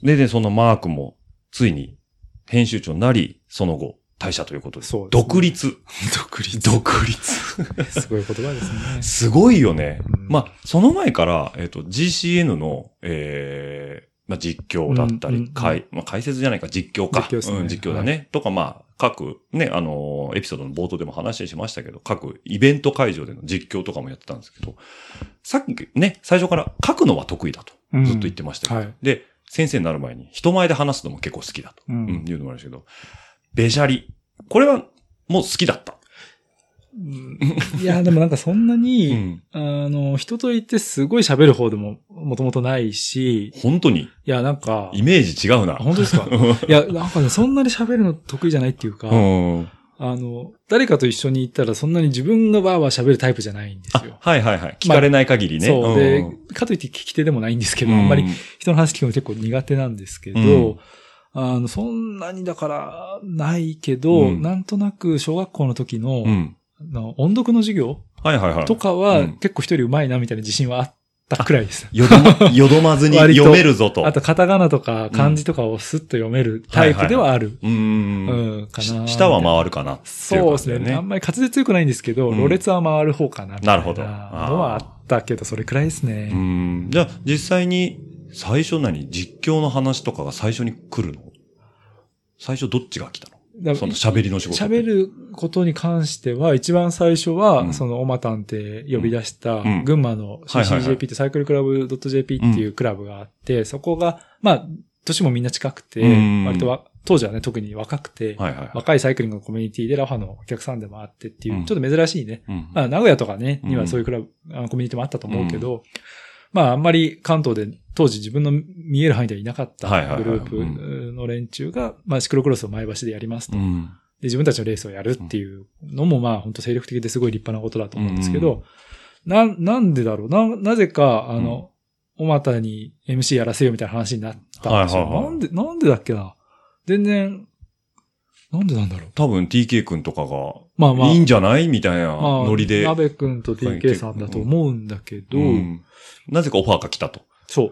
で、で、そのマークも、ついに編集長になり、その後、退社ということで。そうですね。独立。 独立。 独立。 すごい言葉ですね。 すごいよね。うん、まあ、その前から、えっと、ジーシーエヌ の、ええー、まあ、実況だったり、うんうんうん、解、まあ、解説じゃないか、実況か。実況ですね。うん、実況だね。はい、とか、まあ、各、ね、あのー、エピソードの冒頭でも話しましたけど、各イベント会場での実況とかもやってたんですけど、さっきね、最初から書くのは得意だと、ずっと言ってましたけど、うんはい、で、先生になる前に人前で話すのも結構好きだと、うん、いうのもあるんですけど、べしゃり。これはもう好きだった。 いや、でもなんかそんなに、うん、あの、人といてすごい喋る方でももともとないし。 本当にいや、なんか。 イメージ違うな。 本当ですかいや、なんかね、そんなに喋るの得意じゃないっていうか、うん、あの、誰かと一緒に行ったらそんなに自分がわーわー喋るタイプじゃないんですよ。 はいはいはい。聞かれない限りね。 まあ、そう。で、かといって聞き手でもないんですけど、うん、あんまり人の話聞くの結構苦手なんですけど、うんあの、そんなにだからないけど、うん、なんとなく小学校の時の、うん、の音読の授業はいはいはい。 とかは結構一人上手いなみたいな自信はあったくらいです。 よどま、よどまずに読めるぞと。 あと、カタカナとか漢字とかをスッと読めるタイプではある。うん。 うん。かな。下は回るかな、ね。 そうですね。あんまり滑舌強くないんですけど、うん、ろれつは回る方かな。 なるほど。 のはあったけど、それくらいですね。 うん。じゃあ、実際に最初何実況の話とかが最初に来るの？最初どっちが来たの？その喋りの仕事。 喋ることに関しては、一番最初は、うん、そのオマタンって呼び出した、うん、群馬の シーシージェーピー ってサイクルクラブ .jp っていうクラブがあって、うん、そこが、まあ、年もみんな近くて、うん、割とわ当時はね、特に若くて、はいはいはい、若いサイクリングのコミュニティでラファのお客さんでもあってっていう、うん、ちょっと珍しいね。うん、まあ、名古屋とかね、にはそういうクラブ、あのコミュニティもあったと思うけど、うんまあ、あんまり関東で当時自分の見える範囲ではいなかったグループの連中が、まあ、シクロクロスを前橋でやりますと、うん。で、自分たちのレースをやるっていうのも、まあ、本当精力的ですごい立派なことだと思うんですけど、うん、な、なんでだろうな、なぜか、あの、おまたに エムシー やらせようみたいな話になったんですよ。はいはいはい、なんで、なんでだっけな。全然、なんでなんだろう。 多分 ティーケー 君とかが、まあまあ、いいんじゃないみたいなノリで。 まあ、鍋君と ティーケー さんだと思うんだけど、うん、 なぜかオファーが来たと。 そう。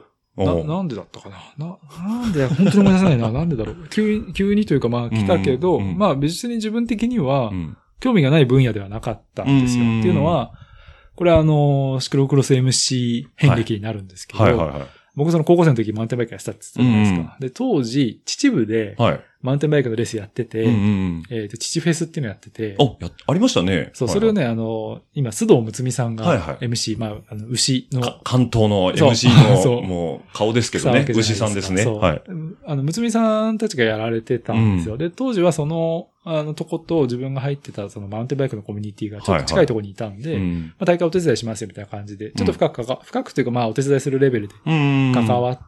な、なんでだったかな。な、なんで、本当に思い出せないな。なんでだろう。急に、急にというかまあ来たけど、うんうん、まあ別に自分的には、興味がない分野ではなかったんですよ。うん、っていうのは、これはあの、シクロクロス エムシー 遍歴になるんですけど、はいはいはいはい、僕その高校生の時マウンテンバイクやってたって言ったじゃないですか。うんうん、で、当時、秩父で、マウンテンバイクのレースやってて、うんうん、えっ、ー、と、秩フェスっていうのやってて。 あ、や、ありましたね。 そう、はいはい、それをね、あの、今、須藤睦美さんが エムシー、はいはい、まあ、あの、牛の。 関東の エムシー の、もう、顔ですけどね。牛さんですね。はい。 あの、睦美さんたちがやられてたんですよ。うん、で、当時はその、あの、とこと自分が入ってた、その、マウンテンバイクのコミュニティがちょっと近いところにいたんで、はいはいうん、まあ、大会お手伝いしますよ、みたいな感じで、ちょっと深くかか、うん、深くというか、まあ、お手伝いするレベルで、関わって、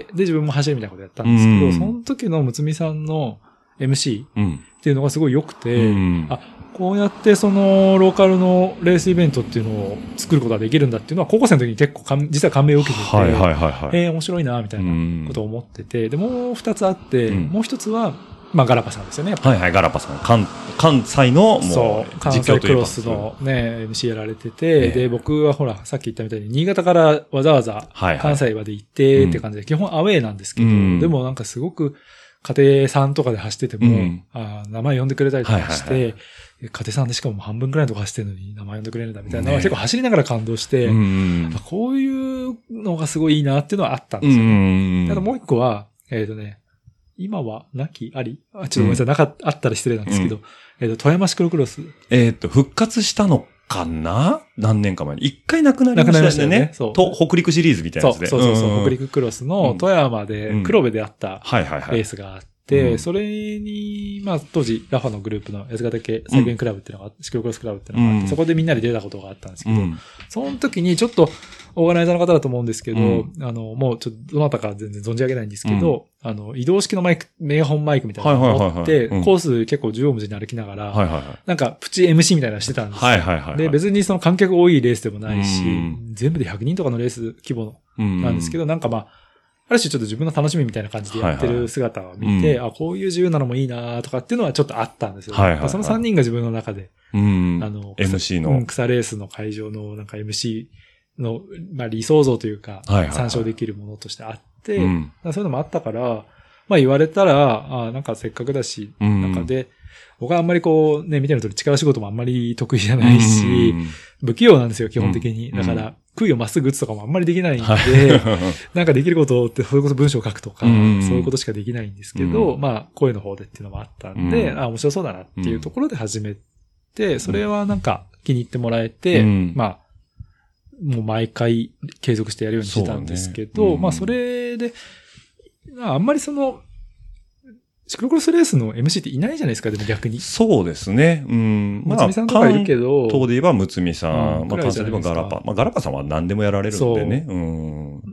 で、自分も走るみたいなことやったんですけど、うん、その時の睦美さんの、エムシー っていうのがすごい良くて、うん、あ、こうやってそのローカルのレースイベントっていうのを作ることができるんだっていうのは高校生の時に結構かん実は感銘を受けてて、はいはいはいはい、えー、面白いなみたいなことを思ってて、で、もう二つあって、うん、もう一つは、まあガラパさんですよね。 はいはい、ガラパさん。関、関西のもう、そう、 関西クロスのね、エムシー やられてて、ね、で、僕はほら、さっき言ったみたいに、新潟からわざわざ関西まで行ってって感じで、はいはい、基本アウェーなんですけど、うん、でもなんかすごく、家庭さんとかで走ってても、うん、あ名前呼んでくれたりとかして、はいはいはい、家庭さんでしかも半分くらいのとこ走ってるのに名前呼んでくれるんだみたいなのは、ね、結構走りながら感動して、うん、こういうのがすごいいいなっていうのはあったんですよ、ね。うん、ただもう一個は、えっ、ー、とね、今はなきありあ、ちょっとごめんなさい、なかあったら失礼なんですけど、うん、えっ、ー、と、富山シクロクロス。 えっ、ー、と、復活したのかな何年か前に。一回なくなりましたよね。ねそう。と、北陸シリーズみたいなやつで。 そうそうそう、うん、北陸クロスの富山で黒部であったレースがあって、 て、 うん、 それに、まあ当時、ラファのグループの八ヶ岳再現クラブっていうのがあって、シクロクロスクラブっていうのがあって、うん、そこでみんなで出たことがあったんですけど、うん、その時にちょっと、オーガナイザーの方だと思うんですけど、うん、あの、もうちょっとどなたか全然存じ上げないんですけど、うん、あの、移動式のマイク、メガホンマイクみたいなのを持って、コース結構縦横無尽に歩きながら、はいはいはい、なんかプチ エムシー みたいなのしてたんですよ。はいはいはいはい、で、別にその観客多いレースでもないし、うん、全部でひゃくにんとかのレース規模のなんですけど、うん、なんかまあ、ある種ちょっと自分の楽しみみたいな感じでやってる姿を見て、はいはい、あ、こういう自由なのもいいなとかっていうのはちょっとあったんですよ、ね。はいはいはい、そのさんにんが自分の中で、うん、あの、 エムシー の、 草レースの会場のなんか エムシー の、まあ理想像というか、はいはいはい、参照できるものとしてあって、うん、そういうのもあったから、まあ言われたら、あなんかせっかくだし、うん、なんかで、僕はあんまりこうね、見てると力仕事もあんまり得意じゃないし、うん、不器用なんですよ、基本的に。うん、だから、杭をまっすぐ打つとかもあんまりできないんで、なんかできることって、それこそ文章を書くとか、うん、そういうことしかできないんですけど、うん、まあ、声の方でっていうのもあったんで、うん、あ、面白そうだなっていうところで始めて、それはなんか気に入ってもらえて、うん、まあ、もう毎回継続してやるようにしてたんですけど、ねうん、まあそれで、あんまりその、シクロクロスレースの エムシー っていないじゃないですか、でも逆に。 そうですね。うん。 まあ、むつみさんとかいるけど。 関東で言えばむつみさん。うん、まあ、関西で言えばガラパ。まあ、ガラパさんは何でもやられるんでね。う。うん。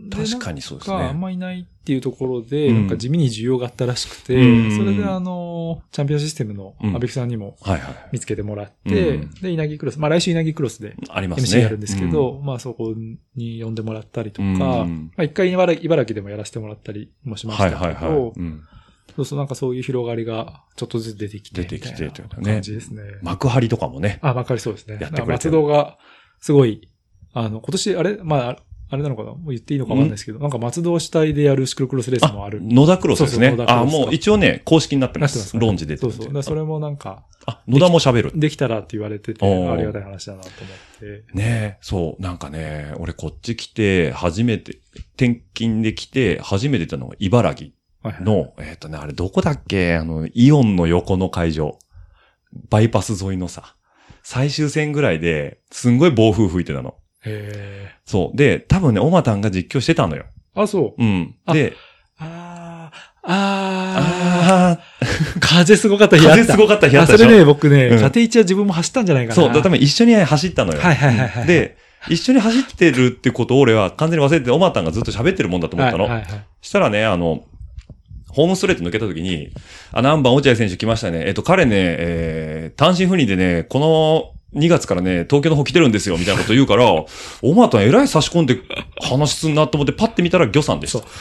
確かにそうですね。 あんまいないっていうところで、うん、なんか地味に需要があったらしくて、うん、それであの、チャンピオンシステムの阿部さんにも見つけてもらって、うん、で、稲城クロス、まあ来週稲城クロスで エムシー やるんですけど、ありますね。うん、まあそこに呼んでもらったりとか、うん、まあ一回茨城でもやらせてもらったりもしましたけど、はいはいはい。うんそうそう、なんかそういう広がりがちょっとずつ出てきて。 出てきてというかね。感じですね。 幕張とかもね。 あ、幕張そうですね。やってくれて松戸が、すごい、あの、今年、あれ、まあ、あれなのかなもう言っていいのかわかんないですけど、なんか松戸主体でやるシクロクロスレースもある。 野田クロスですね。そうそうあ、もう一応ね、公式になってます。ますね、論じで。 そうそう。だそれもなんか。 あ、野田も喋る。 できたらって言われてて、ありがたい話だなと思って。 ねえ、そう、なんかね、俺こっち来て、初めて、転勤で来て、初めて行ったのが茨城。の、はいはい、えっ、ー、とね、あれどこだっけあの、イオンの横の会場。バイパス沿いのさ、最終戦ぐらいで、すんごい暴風吹いてたの。へー。そう。で、多分ね、オマタンが実況してたのよ。 あ、そう。 うん。で、 あー、あー、あー、風すごかった日あった。 風すごかった日あったでしょ。 それね、僕ね、家庭一は自分も走ったんじゃないかな。 そう。だ多分一緒に走ったのよ。 はいはいはい、はい。 で、一緒に走ってるってことを俺は完全に忘れて、オマタンがずっと喋ってるもんだと思ったの。はいはいはい。したらね、あの、ホームストレート抜けた時に、あ、何番落合選手来ましたね。えっと、彼ね、えー、単身赴任でね、このにがつからね、東京の方来てるんですよ、みたいなこと言うから、おまたえらい差し込んで話すんなと思って、パッて見たら魚さんでした。そう。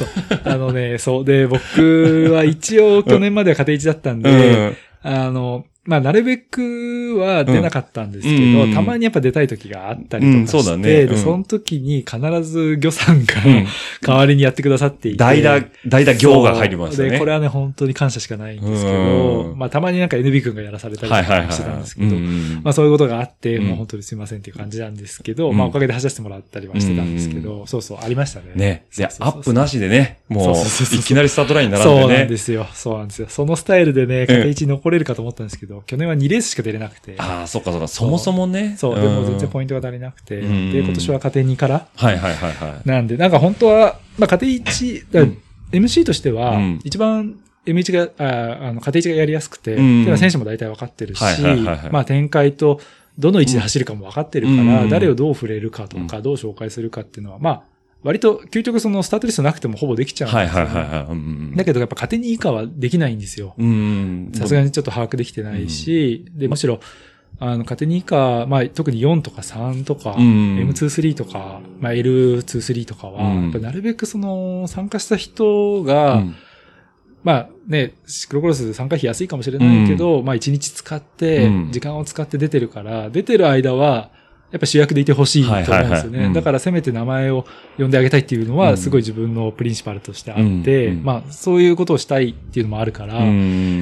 そう。あのね、そう。で、僕は一応去年までは家庭一だったんで、うん、あの、まあ、なるべくは出なかったんですけど、うん、たまにやっぱ出たい時があったりとかして、うん、そうだね。うん、で、その時に必ず魚さんが、うん、代わりにやってくださっていて。 代打、代打魚が入りましたね。 で、これはね、本当に感謝しかないんですけど、まあ、たまになんか エヌビー 君がやらされたりとかしてたんですけど、まあ、そういうことがあって、もう本当にすいませんっていう感じなんですけど、うん、まあ、おかげで走らせてもらったりはしてたんですけど、うん、そうそう、ありましたね。 ね。で、アップなしでね、もう、いきなりスタートラインに並んでね。 そうなんですよ。そうなんですよ。そのスタイルでね、家庭一残れるかと思ったんですけど、去年はにレースしか出れなくて。 ああ、そっかそっか。そもそもね。 そう。でも全然ポイントが足りなくて。で、今年は家庭にから。 はいはいはいはい。 なんで、なんか本当は、まあ家庭いち、エムシー としては、一番 エムワン が、ああの、家庭いちがやりやすくて、で選手も大体分かってるし、まあ展開とどの位置で走るかも分かってるから、誰をどう触れるかとか、どう紹介するかっていうのは、まあ、割と究極そのスタートリストなくてもほぼできちゃうんですよ、ね。はいはいはい、はいうん。だけどやっぱ家庭に以下はできないんですよ。さすがにちょっと把握できてないし、うん、で、むしろ、あの、家庭に以下、まあ特によんとかさんとか、うん、エムツースリー とか、まあ エルツースリー とかは、うん、やっぱなるべくその参加した人が、うん、まあね、シクロクロス参加費安いかもしれないけど、うん、まあいちにち使って、時間を使って出てるから、出てる間は、やっぱ主役でいてほしいと思うんですよね。はいはいはいうん、だからせめて名前を呼んであげたいっていうのは、すごい自分のプリンシパルとしてあって、うんうん、まあそういうことをしたいっていうのもあるから、うん、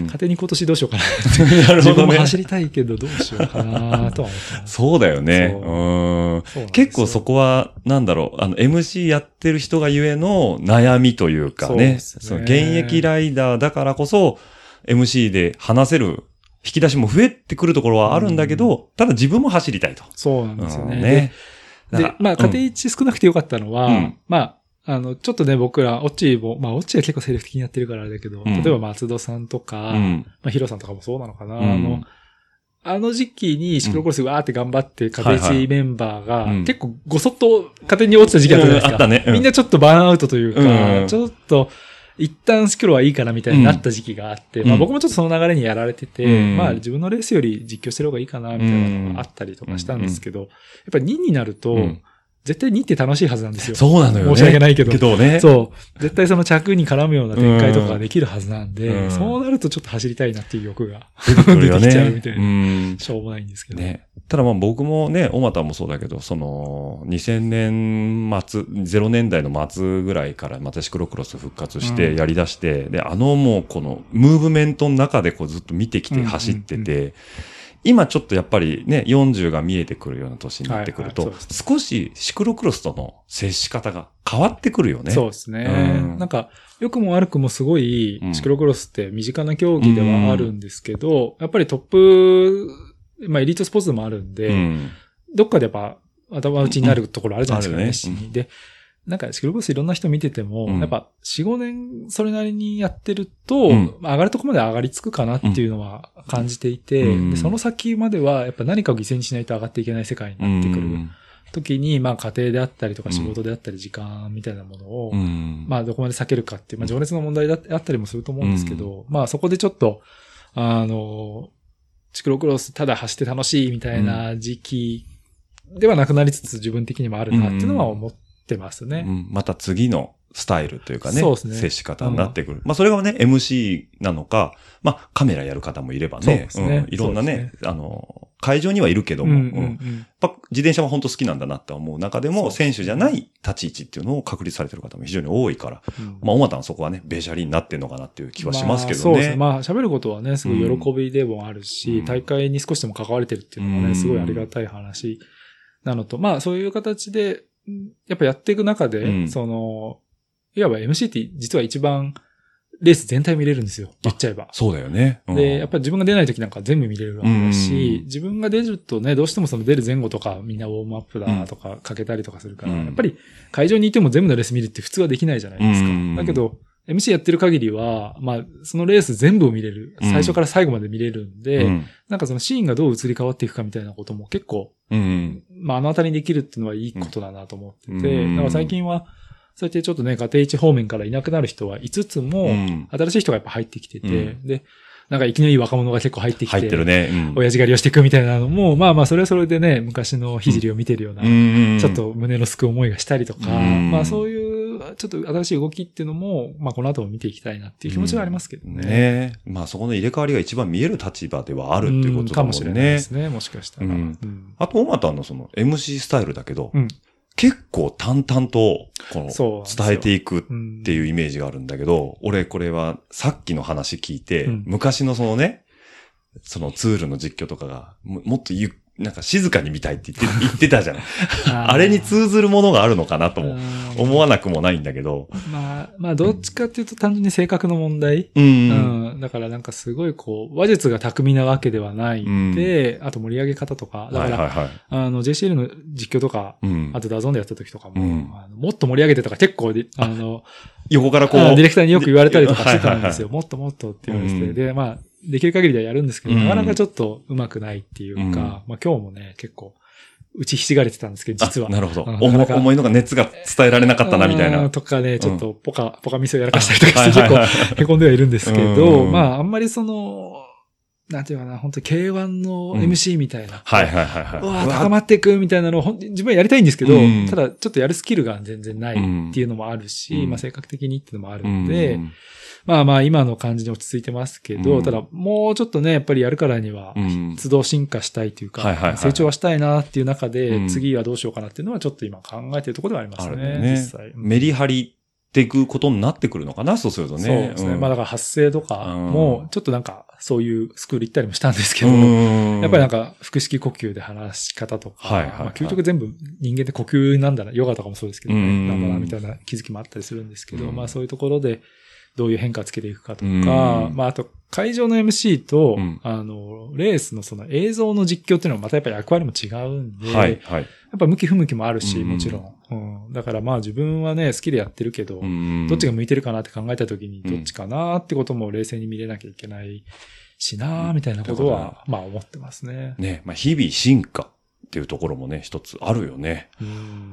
家庭に今年どうしようかなって。なるほどね。自分も走りたいけどどうしようかなとは思ってます。 そうだよね。ううん結構そこは、なんだろう、あの エムシー やってる人がゆえの悩みというかね。そうですね。その現役ライダーだからこそ、エムシー で話せる引き出しも増えてくるところはあるんだけど、うん、ただ自分も走りたいと。 そうなんですよね。うん、ねで、でまあ、家庭一少なくてよかったのは、うん、まあ、 あの、ちょっとね、僕ら、オッチーも、まあ、オッチーは結構精力的にやってるからあれだけど、うん、例えば松戸さんとか、うん、まあ、ヒロさんとかもそうなのかな、うん、あの、あの時期にシクロクロスわーって頑張って家庭一メンバーが、結構ごそっと家庭に落ちた時期だったじゃないですか。うん、あったね、うん。みんなちょっとバーンアウトというか、うん、ちょっと、一旦シクロはいいかなみたいになった時期があって、うん、まあ僕もちょっとその流れにやられてて、うん、まあ自分のレースより実況してる方がいいかなみたいなのがあったりとかしたんですけど、うん、やっぱりにになると、うん絶対にって楽しいはずなんですよ。 そうなのよね。 申し訳ないけど。 けどね。 そう。絶対その着に絡むような展開とかができるはずなんで、うん、そうなるとちょっと走りたいなっていう欲が出てくるよね。出てきちゃうみたいな、うん。しょうもないんですけど。ね。 ただまあ僕もね、おまたもそうだけど、その、にせんねん末、ゼロねんだいの末ぐらいからまたシクロクロス復活してやり出して、うん、で、あのもうこのムーブメントの中でこうずっと見てきて走ってて、うんうんうん今ちょっとやっぱりね、よんじゅうが見えてくるような年になってくると、はいはい、少しシクロクロスとの接し方が変わってくるよね。 そうですね。うん、なんか、良くも悪くもすごい、シクロクロスって身近な競技ではあるんですけど、うん、やっぱりトップ、まあエリートスポーツでもあるんで、うん、どっかでやっぱ頭打ちになるところあるじゃないですかね。うん、でなんか、シクロクロスいろんな人見てても、うん、やっぱ、よん、ごねんそれなりにやってると、うん、上がるとこまで上がりつくかなっていうのは感じていて、うん、でその先までは、やっぱ何かを犠牲にしないと上がっていけない世界になってくる時に、まあ、家庭であったりとか仕事であったり時間みたいなものを、うん、まあ、どこまで避けるかっていう、まあ、情熱の問題だあったりもすると思うんですけど、うん、まあ、そこでちょっと、あの、シクロクロスただ走って楽しいみたいな時期ではなくなりつつ自分的にもあるなっていうのは思って、ってますね、 うん。また次のスタイルというかね。そうですね。接し方になってくる。うん、まあそれがね、エムシー なのか、まあカメラやる方もいればね。そうですね。うん、いろんなね、ねあの、会場にはいるけども、うんうんうんうん、自転車は本当好きなんだなって思う中でも、選手じゃない立ち位置っていうのを確立されてる方も非常に多いから、うん、まあおまたんそこはね、ベシャリになってんのかなっていう気はしますけどね。まあ、そうですね。 まあ喋ることはね、すごい喜びでもあるし、うん、大会に少しでも関われてるっていうのはね、すごいありがたい話なのと、まあそういう形で、やっぱやっていく中で、うん、その、いわば エムシー って実は一番レース全体見れるんですよ。言っちゃえば。 そうだよね。 うん、で、やっぱり自分が出ない時なんか全部見れるわけだし、うん、自分が出るとね、どうしてもその出る前後とかみんなウォームアップだとかかけたりとかするから、うん、やっぱり会場にいても全部のレース見るって普通はできないじゃないですか。うん、だけど、エムシー やってる限りは、まあ、そのレース全部を見れる。最初から最後まで見れるんで、うん、なんかそのシーンがどう移り変わっていくかみたいなことも結構、うん、まあ、あのあたりにできるっていうのはいいことだなと思ってて、うん、だから最近は、そうやってちょっとね、家庭一方面からいなくなる人はいつつも、うん、新しい人がやっぱ入ってきてて、うん、で、なんか生きのいい若者が結構入ってきて、 入ってるね。うん、 親父狩りをしていくみたいなのも、まあまあそれはそれでね、昔の聖を見てるような、うん、ちょっと胸のすく思いがしたりとか、うん、まあそういうちょっと新しい動きっていうのも、まあこの後も見ていきたいなっていう気持ちはありますけどね。うん、 ねまあそこの入れ替わりが一番見える立場ではあるっていうことだもんね。うん、かもしれないですね、もしかしたら。うんうん、あと、おまたのその エムシー スタイルだけど、うん結構淡々と、この、伝えていくっていうイメージがあるんだけど、俺これはさっきの話聞いて、うん、昔のそのね、そのツールの実況とかが、もっとゆなんか静かに見たいって言って言ってたじゃない。あ, あれに通ずるものがあるのかなとも思わなくもないんだけど。 まあ、まあ、どっちかっていうと単純に性格の問題。うん。うん、だからなんかすごいこう、話術が巧みなわけではないんで、うん、あと盛り上げ方とか。だから、はいはいはい、あの、ジェーシーエル の実況とか、うん、あとダゾーンでやった時とかも、うん、あのもっと盛り上げてとか結構、あの、 横からこう。 ディレクターによく言われたりとかしてたんですよ。はいはいはい、もっともっとって言われてて。うん、で、まあ、できる限りではやるんですけど、うん、なかなかちょっと上手くないっていうか、うん、まあ今日もね、結構、打ちひしがれてたんですけど、実は。 なるほど。重いのが熱が伝えられなかったな、みたいな。 とかね、ちょっとポカ、うん、ポカミスをやらかしたりとかして、結構凹んではいるんですけど、まあ、あんまりその、なんていうかな、本当 ケーワン の エムシー みたいな。うん、 はいはいはいはい。 うわ高まっていくみたいなのを、本当に自分はやりたいんですけど、うん、ただちょっとやるスキルが全然ないっていうのもあるし、うん、まあ性格的にっていうのもあるんで、うんまあまあ今の感じに落ち着いてますけど、うん、ただもうちょっとね、やっぱりやるからには、都度進化したいというか、はいはいはい、成長はしたいなっていう中で、うん、次はどうしようかなっていうのはちょっと今考えてるところではありますね。ね実際、 うん。メリハリっていくことになってくるのかな、そうするとね。 そうですね。うん、まあだから発声とかも、ちょっとなんかそういうスクール行ったりもしたんですけど、うん、やっぱりなんか腹式呼吸で話し方とか、はいはいはいまあ、究極全部人間って呼吸なんだな、ヨガとかもそうですけどね、うん、なんだなみたいな気づきもあったりするんですけど、うん、まあそういうところで、どういう変化をつけていくかとか、まああと会場の エムシー と、うん、あの、レースのその映像の実況っていうのはまたやっぱり役割も違うんで、はいはい、やっぱ向き不向きもあるし、もちろん。 うん。だからまあ自分はね、好きでやってるけど、どっちが向いてるかなって考えたときに、どっちかなってことも冷静に見れなきゃいけないしなーみたいなことは、まあ思ってますね。 ね、まあ日々進化っていうところもね、一つあるよね。 うん。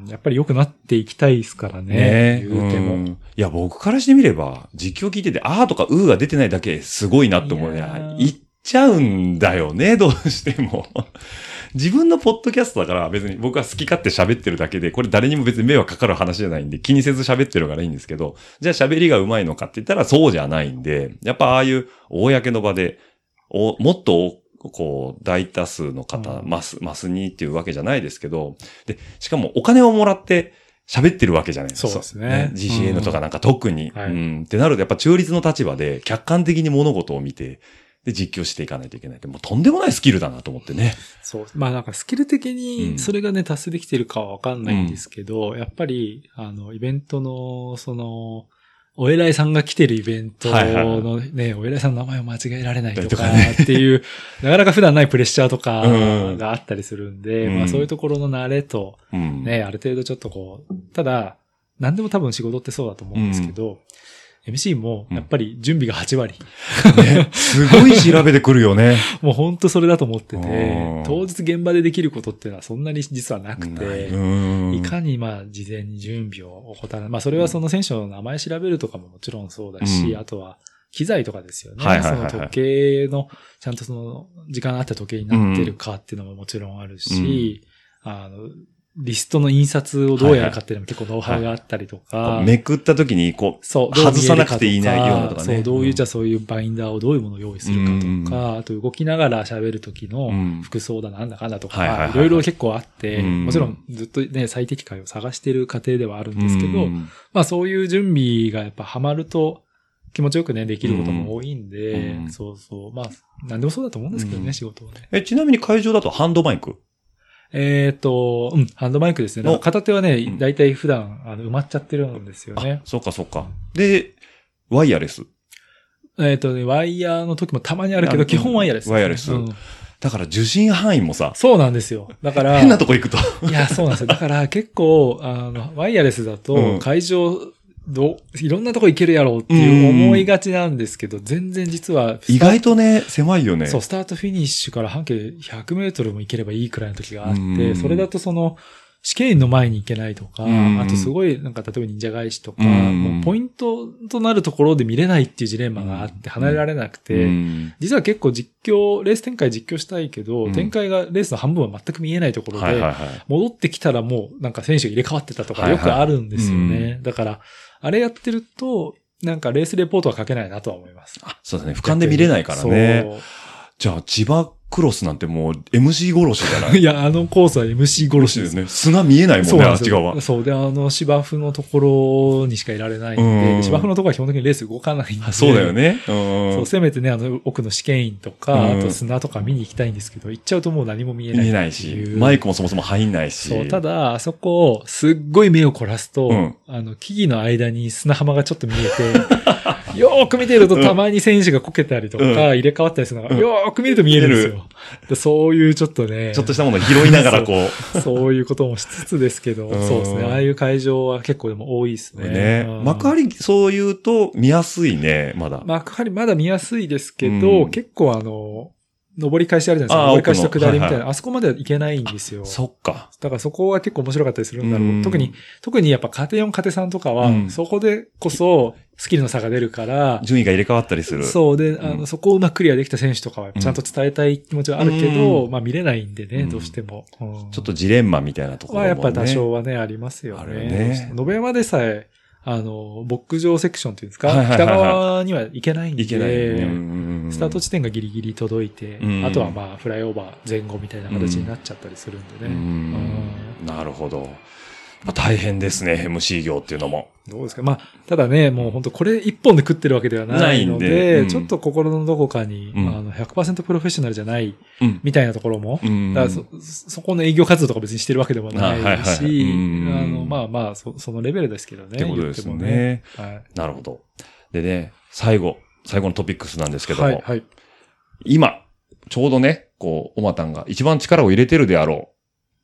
やっぱり良くなっていきたいですからね。ね言うても。 いや、僕からしてみれば、実況聞いてて、あーとかうーが出てないだけすごいなって思うね。言っちゃうんだよね、どうしても。自分のポッドキャストだから別に僕は好き勝手喋ってるだけで、これ誰にも別に迷惑かかる話じゃないんで気にせず喋ってるからいいんですけど、じゃあ喋りが上手いのかって言ったらそうじゃないんで、やっぱああいう公の場で、おもっとこう大多数の方、うん、マス、マスにっていうわけじゃないですけど、で、しかもお金をもらって喋ってるわけじゃないですか。 そうですね。 ジーシーエヌ とかなんか特に。 うん、はい、 うん。ってなるとやっぱ中立の立場で客観的に物事を見て、で、実況していかないといけないって、もうとんでもないスキルだなと思ってね。 そう。まあなんかスキル的にそれがね、達成できてるかはわかんないんですけど、うん、やっぱり、あの、イベントの、その、お偉いさんが来てるイベントのね、はいはいはい、お偉いさんの名前を間違えられないとかっていう、ね、なかなか普段ないプレッシャーとかがあったりするんで、うん、まあそういうところの慣れと、ね、うん、ある程度ちょっとこう、ただ、何でも多分仕事ってそうだと思うんですけど、うん、エムシー もやっぱり準備がはち割、 うんね。すごい調べてくるよね。 もう本当それだと思ってて、当日現場でできることっていうのはそんなに実はなくて、いかにまあ事前に準備を怠らない。まあそれはその選手の名前調べるとかももちろんそうだし、うん、あとは機材とかですよね。はいはいはいはい、その時計の、ちゃんとその時間あった時計になってるかっていうのももちろんあるし、うん、あの、リストの印刷をどうやるかっていうのも結構ノウハウがあったりとか。はいはい、 めくった時にこう、そう外さなくていい内容とかね。 そう、どういう、じゃあそういうバインダーをどういうものを用意するかとか、あと動きながら喋る時の服装だなんだかんだとか、いろいろ結構あって、もちろんずっとね、最適解を探してる過程ではあるんですけど、まあそういう準備がやっぱハマると気持ちよくね、できることも多いんで、そうそう。まあ、なんでもそうだと思うんですけどね、仕事はね。 え、ちなみに会場だとハンドマイク？ えっと、うん、ハンドマイクですね。片手はね、だいたい普段、あの、埋まっちゃってるんですよね。 そうか、そうか。で、ワイヤレス。 えっとね、ワイヤーの時もたまにあるけど、基本ワイヤレス、 ね。ワイヤレス。うん、だから受信範囲もさ。 そうなんですよ。だから。 変なとこ行くと。 いや、そうなんですよ。だから結構、あの、ワイヤレスだと、会場、どいろんなとこ行けるやろうっていう思いがちなんですけど、全然実は。 意外とね、狭いよね。 そう、スタートフィニッシュから半径ひゃくメートルも行ければいいくらいの時があって、それだとその、試験員の前に行けないとか、あとすごい、なんか例えば忍者返しとか、もうポイントとなるところで見れないっていうジレンマがあって離れられなくて、実は結構実況、レース展開実況したいけど、展開がレースの半分は全く見えないところで、戻ってきたらもうなんか選手が入れ替わってたとかよくあるんですよね。だから、あれやってると、なんかレースレポートは書けないなとは思います。 あ、そうだね。俯瞰で見れないからね。じゃあ、千葉クロスなんてもう エムシー 殺しじゃない？ いや、あのコースは エムシー 殺しですね。砂見えないもんね、あっち側。 そうで、あの芝生のところにしかいられないんで、うん、芝生のところは基本的にレース動かないんで。 そうだよね。うん、 そう、せめてね、あの奥の試験員とか、うん、あと砂とか見に行きたいんですけど、行っちゃうともう何も見えない。 見えないし、マイクもそもそも入んないし。 そう、ただ、あそこ、すっごい目を凝らすと、うん、あの、木々の間に砂浜がちょっと見えて、よーく見てるとたまに選手がこけたりとか、うん、入れ替わったりするのが、よーく見ると見えるんですよ。でそういうちょっとね。 ちょっとしたものを拾いながらこうそう。そういうこともしつつですけど、うん、そうですね。ああいう会場は結構でも多いですね。 ね、うん、幕張そう言うと見やすいね、まだ。 幕張まだ見やすいですけど、うん、結構あの、登り返しあるじゃないですか。登り返しと下りみたいな、はいはい。あそこまではいけないんですよ。 そっか。 だからそこは結構面白かったりするんだろう。うん、特に、特にやっぱカテよん、カテさんとかは、うん、そこでこそスキルの差が出るから。 順位が入れ替わったりする。 そうで、あの、うん、そこをうまくクリアできた選手とかはちゃんと伝えたい気持ちはあるけど、うん、まあ見れないんでね、どうしても、 うん。ちょっとジレンマみたいなところも、ね。 はやっぱ多少はね、ありますよね。あるね。野辺山でさえ、あの、牧場セクションっていうんですか、はいはいはいはい、北側には行けないんで、行けない、うん、スタート地点がギリギリ届いて、うん、あとはまあ、フライオーバー前後みたいな形になっちゃったりするんでね。うんうん、なるほど。まあ、大変ですね、エムシー 業っていうのも。 どうですか。まあ、ただね、もう本当これ一本で食ってるわけではないので、でうん、ちょっと心のどこかに、うん、あの ひゃくパーセント プロフェッショナルじゃない、みたいなところも、うん、だから そ, そこの営業活動とか別にしてるわけでもないし、はいはい、あの、まあまあそ、そのレベルですけどね。 ってことですね。ねはい、なるほど。でね、最後、最後のトピックスなんですけども、はいはい、今、ちょうどね、こう、おまたんが一番力を入れてるであろう、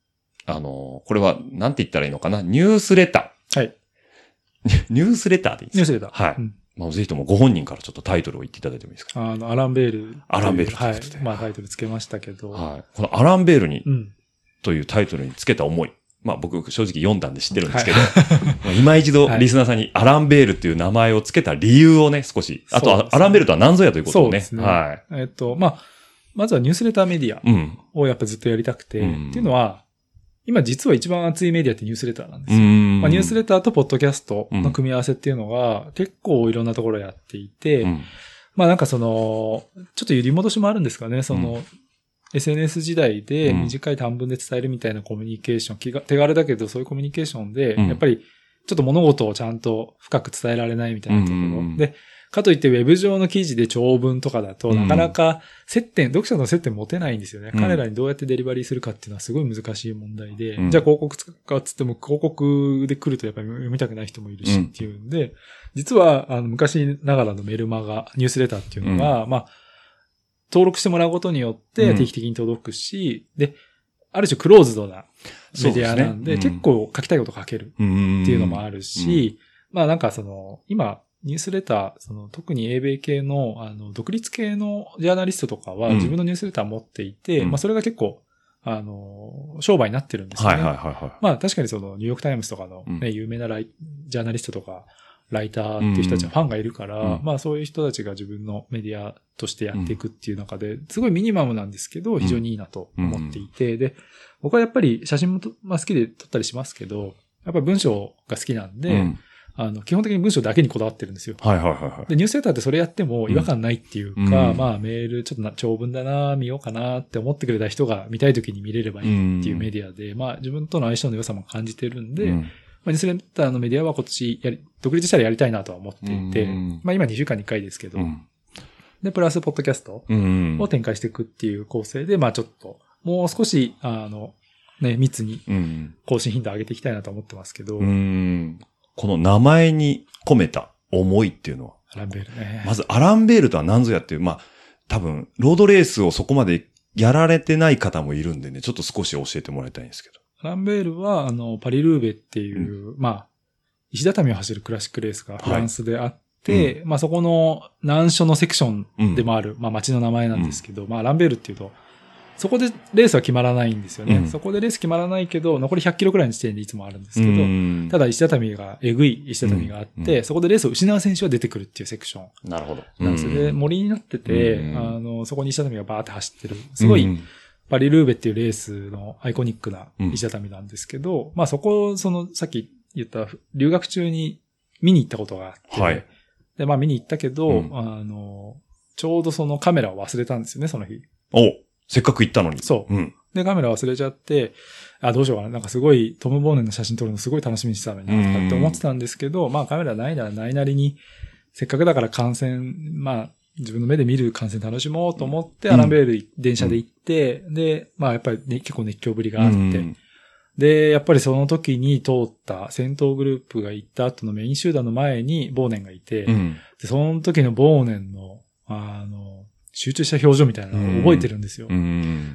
あの、これは、なんて言ったらいいのかな、ニュースレター。はい。 ニュースレターでいいですか？ ニュースレター。 はい。うん、まあ、ぜひともご本人からちょっとタイトルを言っていただいてもいいですか？ あの、アラン・ベール。 アラン・ベールはい。まあ、タイトルつけましたけど。 はい。このアラン・ベールに、 うん、 というタイトルにつけた思い。まあ、僕、正直読んだんで知ってるんですけど、はい、今一度、リスナーさんにアラン・ベールっていう名前をつけた理由をね、少し、あと、ね、アラン・ベールとは何ぞやということをね。 そうですね。 はい。 えっと、まあ、まずはニュースレターメディアをやっぱずっとやりたくて、うん、っていうのは、今実は一番熱いメディアってニュースレターなんですよ。まあ、ニュースレターとポッドキャストの組み合わせっていうのが結構いろんなところやっていて、うん、まあなんかその、ちょっと揺り戻しもあるんですかね、その、うん、エスエヌエス 時代で短い短文で伝えるみたいなコミュニケーション、手軽だけどそういうコミュニケーションで、やっぱりちょっと物事をちゃんと深く伝えられないみたいなところ。うん、で、かといってウェブ上の記事で長文とかだと、なかなか接点、うん、読者の接点持てないんですよね、うん。彼らにどうやってデリバリーするかっていうのはすごい難しい問題で、うん、じゃあ広告使うかっつっても広告で来るとやっぱり読みたくない人もいるしっていうんで、うん、実はあの昔ながらのメルマガ、ニュースレターっていうのが、うん、まあ、登録してもらうことによって定期的に届くし、うん、で、ある種クローズドなメディアなんで、でねうん、結構書きたいこと書けるっていうのもあるし、うん、まあなんかその、今、ニュースレター、その特に英米系の、あの、独立系のジャーナリストとかは自分のニュースレター持っていて、うん、まあそれが結構、あの、商売になってるんですよね。はいはいはい、はい。まあ確かにそのニューヨークタイムズとかのね、うん、有名なライジャーナリストとか、ライターっていう人たちはファンがいるから、うん、まあそういう人たちが自分のメディアとしてやっていくっていう中で、すごいミニマムなんですけど、非常にいいなと思っていて、うん、で、僕はやっぱり写真もと、まあ、好きで撮ったりしますけど、やっぱり文章が好きなんで、うんあの、基本的に文章だけにこだわってるんですよ。はいはいはい、はい。で、ニュースレターってそれやっても違和感ないっていうか、うん、まあメールちょっとな長文だな、見ようかなって思ってくれた人が見たい時に見れればいいっていうメディアで、うん、まあ自分との相性の良さも感じてるんで、うん、まあ、ニュースレターのメディアは今年やり、独立したらやりたいなとは思っていて、うん、まあ今にしゅうかんにいっかいですけど、うん、で、プラスポッドキャストを展開していくっていう構成で、まあちょっと、もう少し、あの、ね、密に更新頻度上げていきたいなと思ってますけど、 うんこの名前に込めた思いっていうのは。 アランベールね。 まずアランベールとは何ぞやっていう、まあ、多分、ロードレースをそこまでやられてない方もいるんでね、ちょっと少し教えてもらいたいんですけど。 アランベールは、あの、パリルーベっていう、うん、まあ、石畳を走るクラシックレースがフランスであって、はいうん、まあそこの難所のセクションでもある、うん、まあ街の名前なんですけど、うん、まあアランベールっていうと、そこでレースは決まらないんですよね、うん。そこでレース決まらないけど、残りひゃっキロくらいの地点でいつもあるんですけど、うん、ただ石畳が、えぐい石畳があって、うん、そこでレースを失う選手は出てくるっていうセクション。 なるほど。 なんですよ。で、森になってて、うん、あの、そこに石畳がバーって走ってる。すごい、うん、パリルーベっていうレースのアイコニックな石畳なんですけど、うん、まあそこ、その、さっき言った留学中に見に行ったことがあって、はい、で、まあ見に行ったけど、うん、あの、ちょうどそのカメラを忘れたんですよね、その日。 おせっかく行ったのに。 そう。うん。で、カメラ忘れちゃって、あ、どうしようかな。なんかすごい、トム・ボーネンの写真撮るのすごい楽しみにしてたのにな、とかって思ってたんですけど、まあカメラないならないなりに、せっかくだから観戦、まあ、自分の目で見る観戦楽しもうと思って、うん、アランベール電車で行って、うん、で、まあやっぱり、ね、結構熱狂ぶりがあって、うん、で、やっぱりその時に通った先頭グループが行った後のメイン集団の前にボーネンがいて、うん、でその時のボーネンの、あの、集中した表情みたいなのを覚えてるんですよ。うん、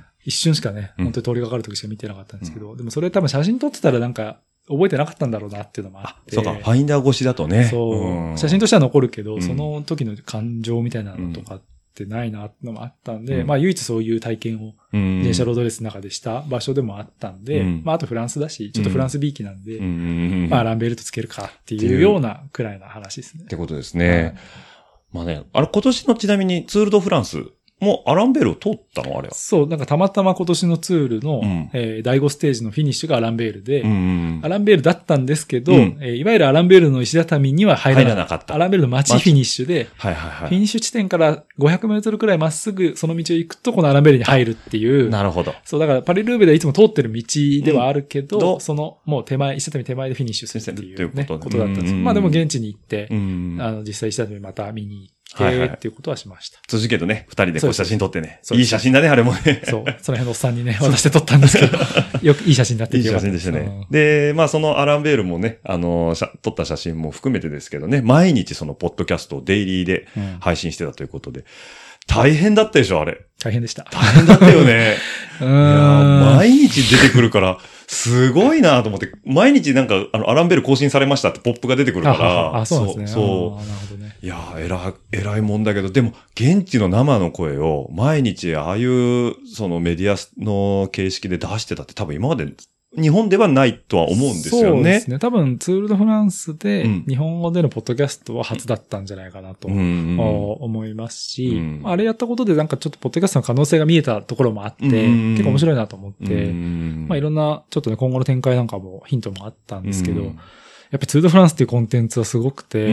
一瞬しかね、本当に通りかかる時しか見てなかったんですけど、うん、でもそれ多分写真撮ってたらなんか覚えてなかったんだろうなっていうのもあって。 そうか、ファインダー越しだとね。 そう。うん、写真としては残るけど、うん、その時の感情みたいなのとかってないなってのもあったんで、うん、まあ唯一そういう体験を電車ロードレースの中でした場所でもあったんで、うん、まああとフランスだし、ちょっとフランスびいきなんで、うん、まあランベールとつけるかっていうようなくらいな話ですね。 ってことですね。まあね、あれ今年のちなみにツールドフランス、もうアランベールを通ったのあれは。 そう、なんかたまたま今年のツールの、うんえー、だいごステージのフィニッシュがアランベールで、うんうん、アランベールだったんですけど、うんえー、いわゆるアランベールの石畳には入らなかった。入らなかった。アランベールの街フィニッシュで、はいはいはい、フィニッシュ地点からごひゃくメートルくらいまっすぐその道を行くとこのアランベールに入るっていう。 なるほど。 そう、だからパリルーベではいつも通ってる道ではあるけど、うん、そのもう手前、石畳手前でフィニッシュするっていう、ね、ことだったんです。まあでも現地に行って、うん、あの実際石畳また見に行って、はいはい、っていうことはしました。 続けどね、二人でこう写真撮ってね。いい写真だね、あれもね。 そう。その辺のおっさんにね、渡して撮ったんですけど、よくいい写真になっていい写真でしたね。で、まあそのアランベールもね、あの、撮った写真も含めてですけどね、毎日そのポッドキャストをデイリーで配信してたということで、うん、 大変だったでしょ、あれ。 大変でした。 大変だったよね。 ういや毎日出てくるから、すごいなと思って、毎日なんか、あの、アランベル更新されましたってポップが出てくるから。 あ、そうなんですね。 そう。 なるほどね。 いやー、えら、えらいもんだけど、でも、現地の生の声を毎日、ああいう、そのメディアの形式で出してたって多分今まで、日本ではないとは思うんですよね。 そうですね。多分、ツール・ド・フランスで、日本語でのポッドキャストは初だったんじゃないかなと思いますし、うん、あれやったことでなんかちょっとポッドキャストの可能性が見えたところもあって、うん、結構面白いなと思って、うん、まあいろんな、ちょっとね、今後の展開なんかもヒントもあったんですけど、うん、やっぱりツール・ド・フランスっていうコンテンツはすごくて、うん、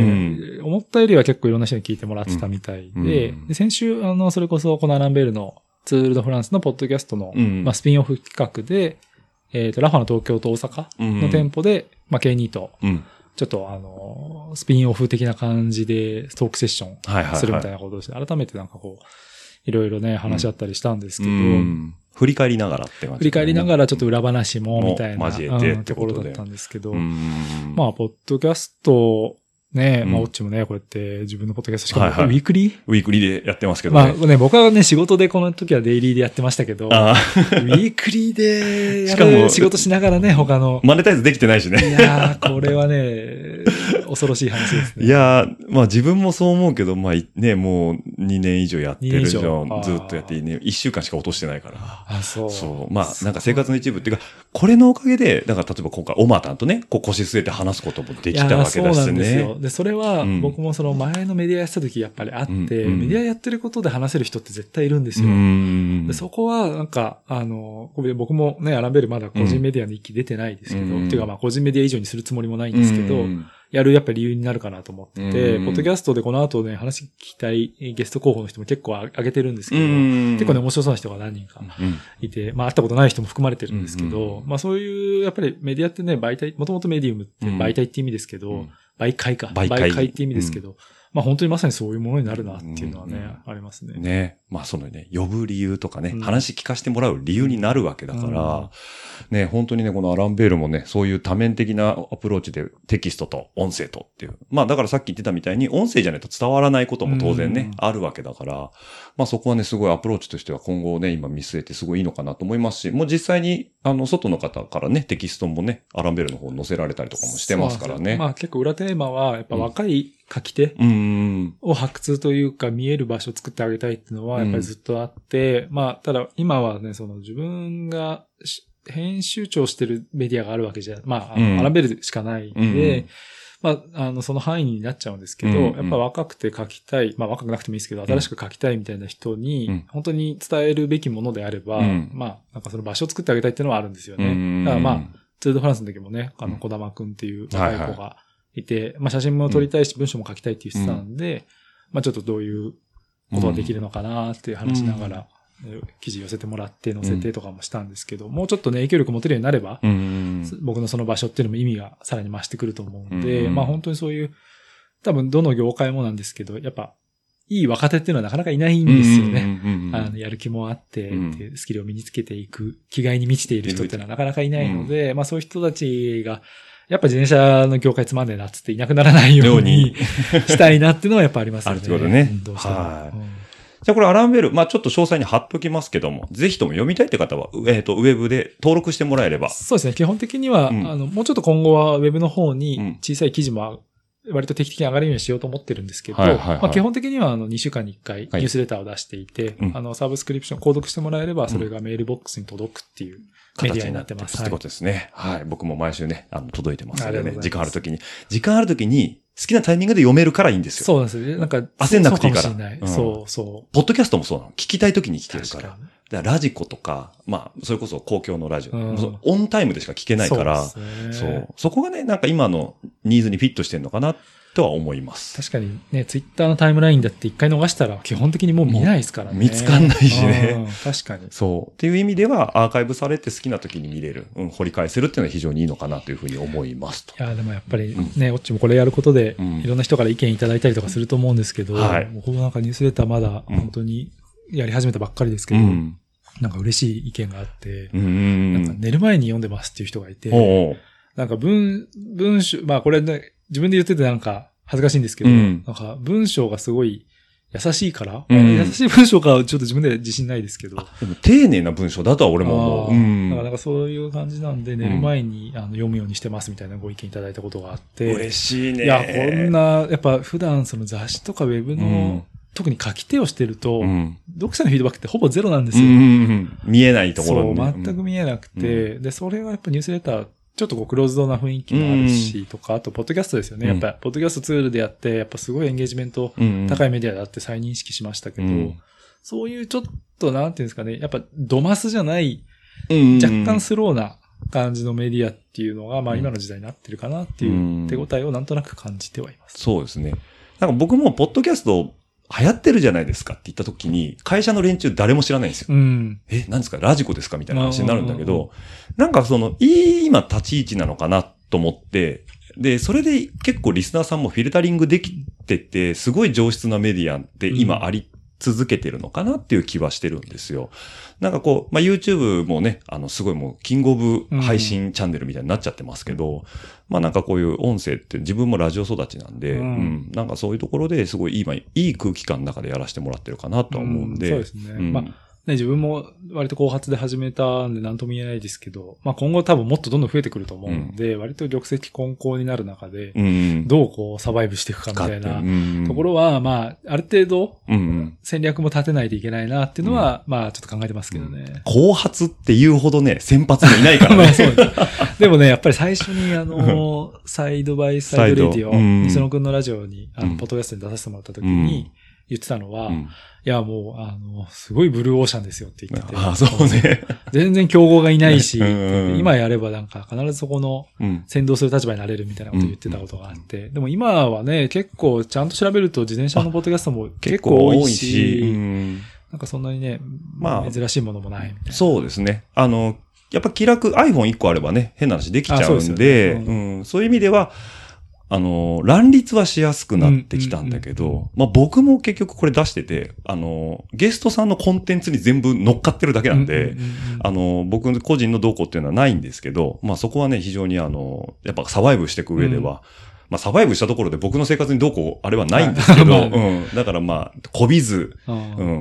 思ったよりは結構いろんな人に聞いてもらってたみたいで、うん、で先週、あの、それこそこのアランベールのツール・ド・フランスのポッドキャストの、うん、まあスピンオフ企画で、えっと、ラファの東京と大阪の店舗で、うん、まあ、ケーニー と、ちょっとあの、スピンオフ的な感じでトークセッションするみたいなことをして、改めてなんかこう、いろいろね、話し合ったりしたんですけど、うんうん、 振り返りながらって感じ、ね、 振り返りながらちょっと裏話も、みたいな、 交えてってところだったんですけど、まあ、ポッドキャスト、ねえ、まあ、オッチもね、こうやって自分のポッドキャストしかも、はいはい、ウィークリーウィークリーでやってますけどね。 まあね、僕はね、仕事でこの時はデイリーでやってましたけど、あウィークリーでやる仕事しながらね、他の。 マネタイズできてないしね。 いやー、これはね、恐ろしい話ですね。 いやー、まあ自分もそう思うけど、まあね、もうにねん以上やってるじゃん。ずっとやってね、いっしゅうかんしか落としてないから。 あ、そう。 そう。まあ、なんか生活の一部っていうか、これのおかげで、だから例えば今回、オマタンとね、こう腰据えて話すこともできたわけだしね。 そうなんですよ。で、それは、うん僕もその前のメディアやってた時やっぱりあって、うんうん、メディアやってることで話せる人って絶対いるんですよ。でそこはなんか、あの、僕もね、アランベルまだ個人メディアの一期出てないですけど、うん、っていうかまあ個人メディア以上にするつもりもないんですけど、うんやるやっぱり理由になるかなと思ってて、うん、ポッドキャストでこの後ね、話聞きたいゲスト候補の人も結構上げてるんですけど、うん、結構ね、面白そうな人が何人かいて、うん、まあ会ったことない人も含まれてるんですけど、うん、まあそういう、やっぱりメディアってね、媒体、もともとメディウムって媒体って意味ですけど、うん、媒介か。媒介。媒介って意味ですけど、うんまあ本当にまさにそういうものになるなっていうのはね、うんうん、ありますね。 ね。まあそのね、呼ぶ理由とかね、うん、話聞かせてもらう理由になるわけだから、うん、ね、本当にね、このアランベールもね、そういう多面的なアプローチでテキストと音声とっていう。まあだからさっき言ってたみたいに音声じゃないと伝わらないことも当然ね、うん、あるわけだから、まあそこはね、すごいアプローチとしては今後ね、今見据えてすごいいいのかなと思いますし、もう実際に、あの、外の方からね、テキストもね、アランベールの方に載せられたりとかもしてますからね。 まあ結構裏テーマは、やっぱ若い書き手を発掘というか見える場所を作ってあげたいっていうのはやっぱりずっとあって、うん、まあ、ただ今はね、その自分が編集長してるメディアがあるわけじゃ、まあ、あの、うん、アランベルしかないんで、うん、まあ、あの、その範囲になっちゃうんですけど、うん、やっぱ若くて書きたい、まあ若くなくてもいいですけど、新しく書きたいみたいな人に、本当に伝えるべきものであれば、うん、まあ、なんかその場所を作ってあげたいっていうのはあるんですよね。うん、だからまあ、ツールドフランスの時もね、あの、小玉くんっていう若い子がいて、はいはい、まあ写真も撮りたいし、文章も書きたいって言ってたんで、うん、まあちょっとどういうことができるのかなっていう話しながら、記事寄せてもらって載せてとかもしたんですけど、うん、もうちょっとね、影響力持てるようになれば、うん、僕のその場所っていうのも意味がさらに増してくると思うんで、うん、まあ本当にそういう、多分どの業界もなんですけど、やっぱ、いい若手っていうのはなかなかいないんですよね。あの、やる気もあって、うん、スキルを身につけていく、気概に満ちている人っていうのはなかなかいないので、うん、まあそういう人たちが、やっぱ自転車の業界つまんねえなっつっていなくならないようにしたいなっていうのはやっぱありますよね。 あるってことね。どうしても。はい。うんじゃあこれアランベル、まあちょっと詳細に貼っときますけども、ぜひとも読みたいって方は、えっと、ウェブで登録してもらえれば。 そうですね。基本的には、うん、あの、もうちょっと今後はウェブの方に小さい記事も割と定期的に上がるようにしようと思ってるんですけど、はいはいはい、まあ基本的にはあのにしゅうかんにいっかいニュースレターを出していて、はい、あの、サブスクリプション、購読してもらえれば、それがメールボックスに届くっていうメディアになってます。 ってことですね。はい。はい、僕も毎週ね、あの、届いてますのでね、時間あるときに。時間あるときに、好きなタイミングで読めるからいいんですよ。 そうなんですよね。なんか、 焦んなくていいから。そうかもしれない。 うん、そうそう。 ポッドキャストもそうなの。聞きたいときに聞けるから。だからラジコとか、まあ、それこそ公共のラジオ、うん、オンタイムでしか聞けないから、そうですね。そう。そこがね、なんか今のニーズにフィットしてるのかなとは思います。 確かにね、ツイッターのタイムラインだって一回逃したら基本的にもう見ないですからね。 見つかんないしね。 確かに。 そう。っていう意味ではアーカイブされて好きな時に見れる、うん、掘り返せるっていうのは非常にいいのかなというふうに思いますと。 いや、でもやっぱりね、うん、オッチもこれやることで、うん、いろんな人から意見いただいたりとかすると思うんですけど、はい、僕もなんかニュースレターまだ本当にやり始めたばっかりですけど、うん、なんか嬉しい意見があって、うん、なんか寝る前に読んでますっていう人がいて、おうなんか文、文章、まあこれね、自分で言っててなんか、恥ずかしいんですけど、うん、なんか文章がすごい優しいから、 うん、 優しい文章かちょっと自分で自信ないですけど。 でも丁寧な文章だとは俺も思う。うん、 だからなんかそういう感じなんで、寝る前に、あの読むようにしてますみたいなご意見いただいたことがあって。 嬉しいね。 いや、こんな、やっぱ普段その雑誌とかウェブの、うん、特に書き手をしてると、うん、読者のフィードバックってほぼゼロなんですよ。 うんうんうん、見えないところに、 ね。そう、全く見えなくて、うん、で、それはやっぱニュースレター、ちょっとこうクローズドな雰囲気もあるし、うん、とか、あと、ポッドキャストですよね。うん、やっぱ、ポッドキャストツールでやって、やっぱすごいエンゲージメント高いメディアだって再認識しましたけど、うん、そういうちょっと、なんていうんですかね、やっぱ、ドマスじゃない、若干スローな感じのメディアっていうのが、まあ今の時代になってるかなっていう手応えをなんとなく感じてはいます。 そうですね。なんか僕も、ポッドキャスト、流行ってるじゃないですかって言った時に、会社の連中誰も知らないんですよ。うん、え、何ですかラジコですかみたいな話になるんだけど、なんかその、いい今立ち位置なのかなと思って、で、それで結構リスナーさんもフィルタリングできてて、すごい上質なメディアって今あり続けてるのかなっていう気はしてるんですよ。なんかこう、まあ、YouTube もね、あの、すごいもう、キングオブ配信チャンネルみたいになっちゃってますけど、うん、まあなんかこういう音声って自分もラジオ育ちなんで、うん、うん、なんかそういうところですごい今、いい空気感の中でやらせてもらってるかなとは思うんで。 うん、そうですね。うん、まあね、自分も割と後発で始めたんで何とも言えないですけど、まあ今後多分もっとどんどん増えてくると思うんで、うん、割と玉石混交になる中で、うん、どうこうサバイブしていくかみたいなところは、まあある程度戦略も立てないといけないなっていうのは、うん、まあちょっと考えてますけどね。うん、 後発っていうほどね、先発もいないからね。 まあそうです。でもね、やっぱり最初にあの、サイドバイサイドレディオ、西野くんのラジオに、あの、ポッドキャストに出させてもらった時に、言ってたのは、うん、いやもう、あの、すごいブルーオーシャンですよって言ってて。 ああ、そうね。 全然競合がいないし、うんうん、今やればなんか必ずそこの先導する立場になれるみたいなことを言ってたことがあって、うんうん、でも今はね、結構ちゃんと調べると自転車のポッドキャストも結構多いし、しうん、なんかそんなにね、まあ、珍しいものもないみたいな。 そうですね。あの、やっぱ気楽 アイフォンいっこあればね、変な話できちゃうんで、そうで、ねうんうん、そういう意味では、あの、乱立はしやすくなってきたんだけど、うんうんうん、まあ僕も結局これ出してて、あの、ゲストさんのコンテンツに全部乗っかってるだけなんで、うんうんうん、あの、僕個人の動向っていうのはないんですけど、まあそこはね、非常にあの、やっぱサバイブしていく上では、うん、まあサバイブしたところで僕の生活にどうこうあれはないんですけど、まあね、うん。だからまあ、こびず、うん、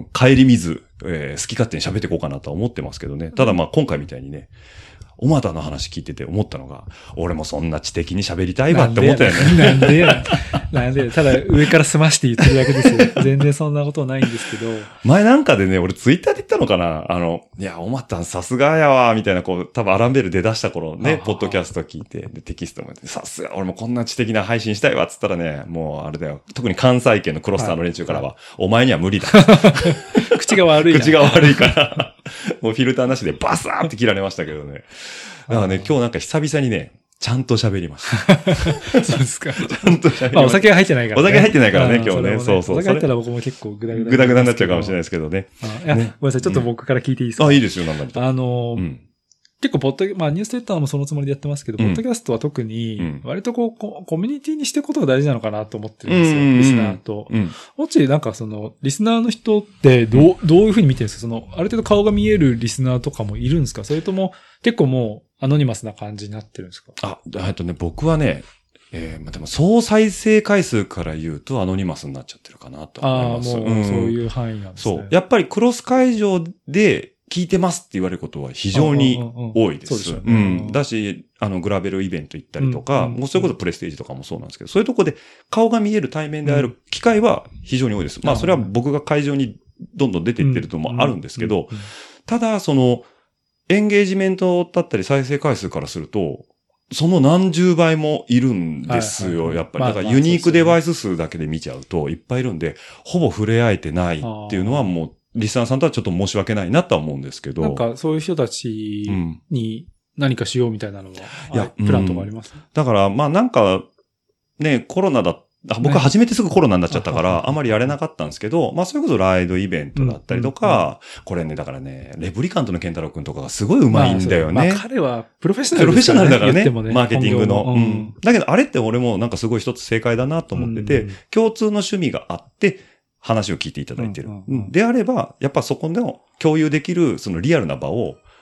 帰り見ず、えー、好き勝手に喋っていこうかなとは思ってますけどね。ただまあ今回みたいにね、おまたの話聞いてて思ったのが、俺もそんな知的に喋りたいわって思ったよね。 なんでや。なんでや。ただ上から済まして言ってるだけですよ。全然そんなことないんですけど。 前なんかでね、俺ツイッターで言ったのかなあの、いや、おまたんさすがやわ、みたいな、こう、多分アランベル出だした頃ね、ポッドキャスト聞いて、で、テキストもさすが、俺もこんな知的な配信したいわ、つったらね、もうあれだよ。特に関西圏のクロスターの連中からは、はい、お前には無理だ。 口が悪い。 口が悪いから、もうフィルターなしでバサーって切られましたけどね。だからね、今日なんか久々にね、ちゃんと喋りました。 そうですか。ちゃんと喋りました。 まあお酒が入ってないからね。お酒入ってないからね、今日ね。ねそうそう。 お酒入ったら僕も結構グダグダ。 グダグダになっちゃうかもしれないですけどね。 いや、ね、ごめんなさい。ちょっと僕から聞いていいですか、 うん、あ、いいですよ、なんだあのー、うん結構、ポッド、まあ、ニュースレターもそのつもりでやってますけど、うん、ポッドキャストは特に、割とこう、コミュニティにしていくことが大事なのかなと思ってるんですよ、うん、リスナーと。うん、もちなんかその、リスナーの人ってどう、どういうふうに見てるんですかその、ある程度顔が見えるリスナーとかもいるんですかそれとも、結構もう、アノニマスな感じになってるんですかあ、えっとね、僕はね、えー、まあ、でも、総再生回数から言うと、アノニマスになっちゃってるかなと思います。 ああ、もう、うん、そういう範囲なんですね。 そう。やっぱりクロス会場で、聞いてますって言われることは非常に多いです。そうですよね。うん。だし、あの、グラベルイベント行ったりとか、うんうん、もうそういうことプレステージとかもそうなんですけど、そういうとこで顔が見える対面である機会は非常に多いです。うん、まあ、それは僕が会場にどんどん出ていってるともあるんですけど、ただ、その、エンゲージメントだったり再生回数からすると、その何十倍もいるんですよ、やっぱり。だからユニークデバイス数だけで見ちゃうといっぱいいるんで、ほぼ触れ合えてないっていうのはもう、リスナーさんとはちょっと申し訳ないなとは思うんですけど。 なんかそういう人たちに何かしようみたいなのは、うん、いや、プランとかあります、 うん、だからまあなんかね、コロナだ、僕初めてすぐコロナになっちゃったから、あまりやれなかったんですけど、まあそれこそライドイベントだったりとか、これね、だからね、レブリカントの健太郎くんとかがすごい上手いんだよね。まあ、 まあ、彼はプロフェッショナルプロフェッショナルだからね、 ねマーケティングの、うん。だけどあれって俺もなんかすごい一つ正解だなと思ってて、うん、共通の趣味があって、話を聞いていただいてる。うんうんうん、であれば、やっぱそこでの共有できるそのリアルな場を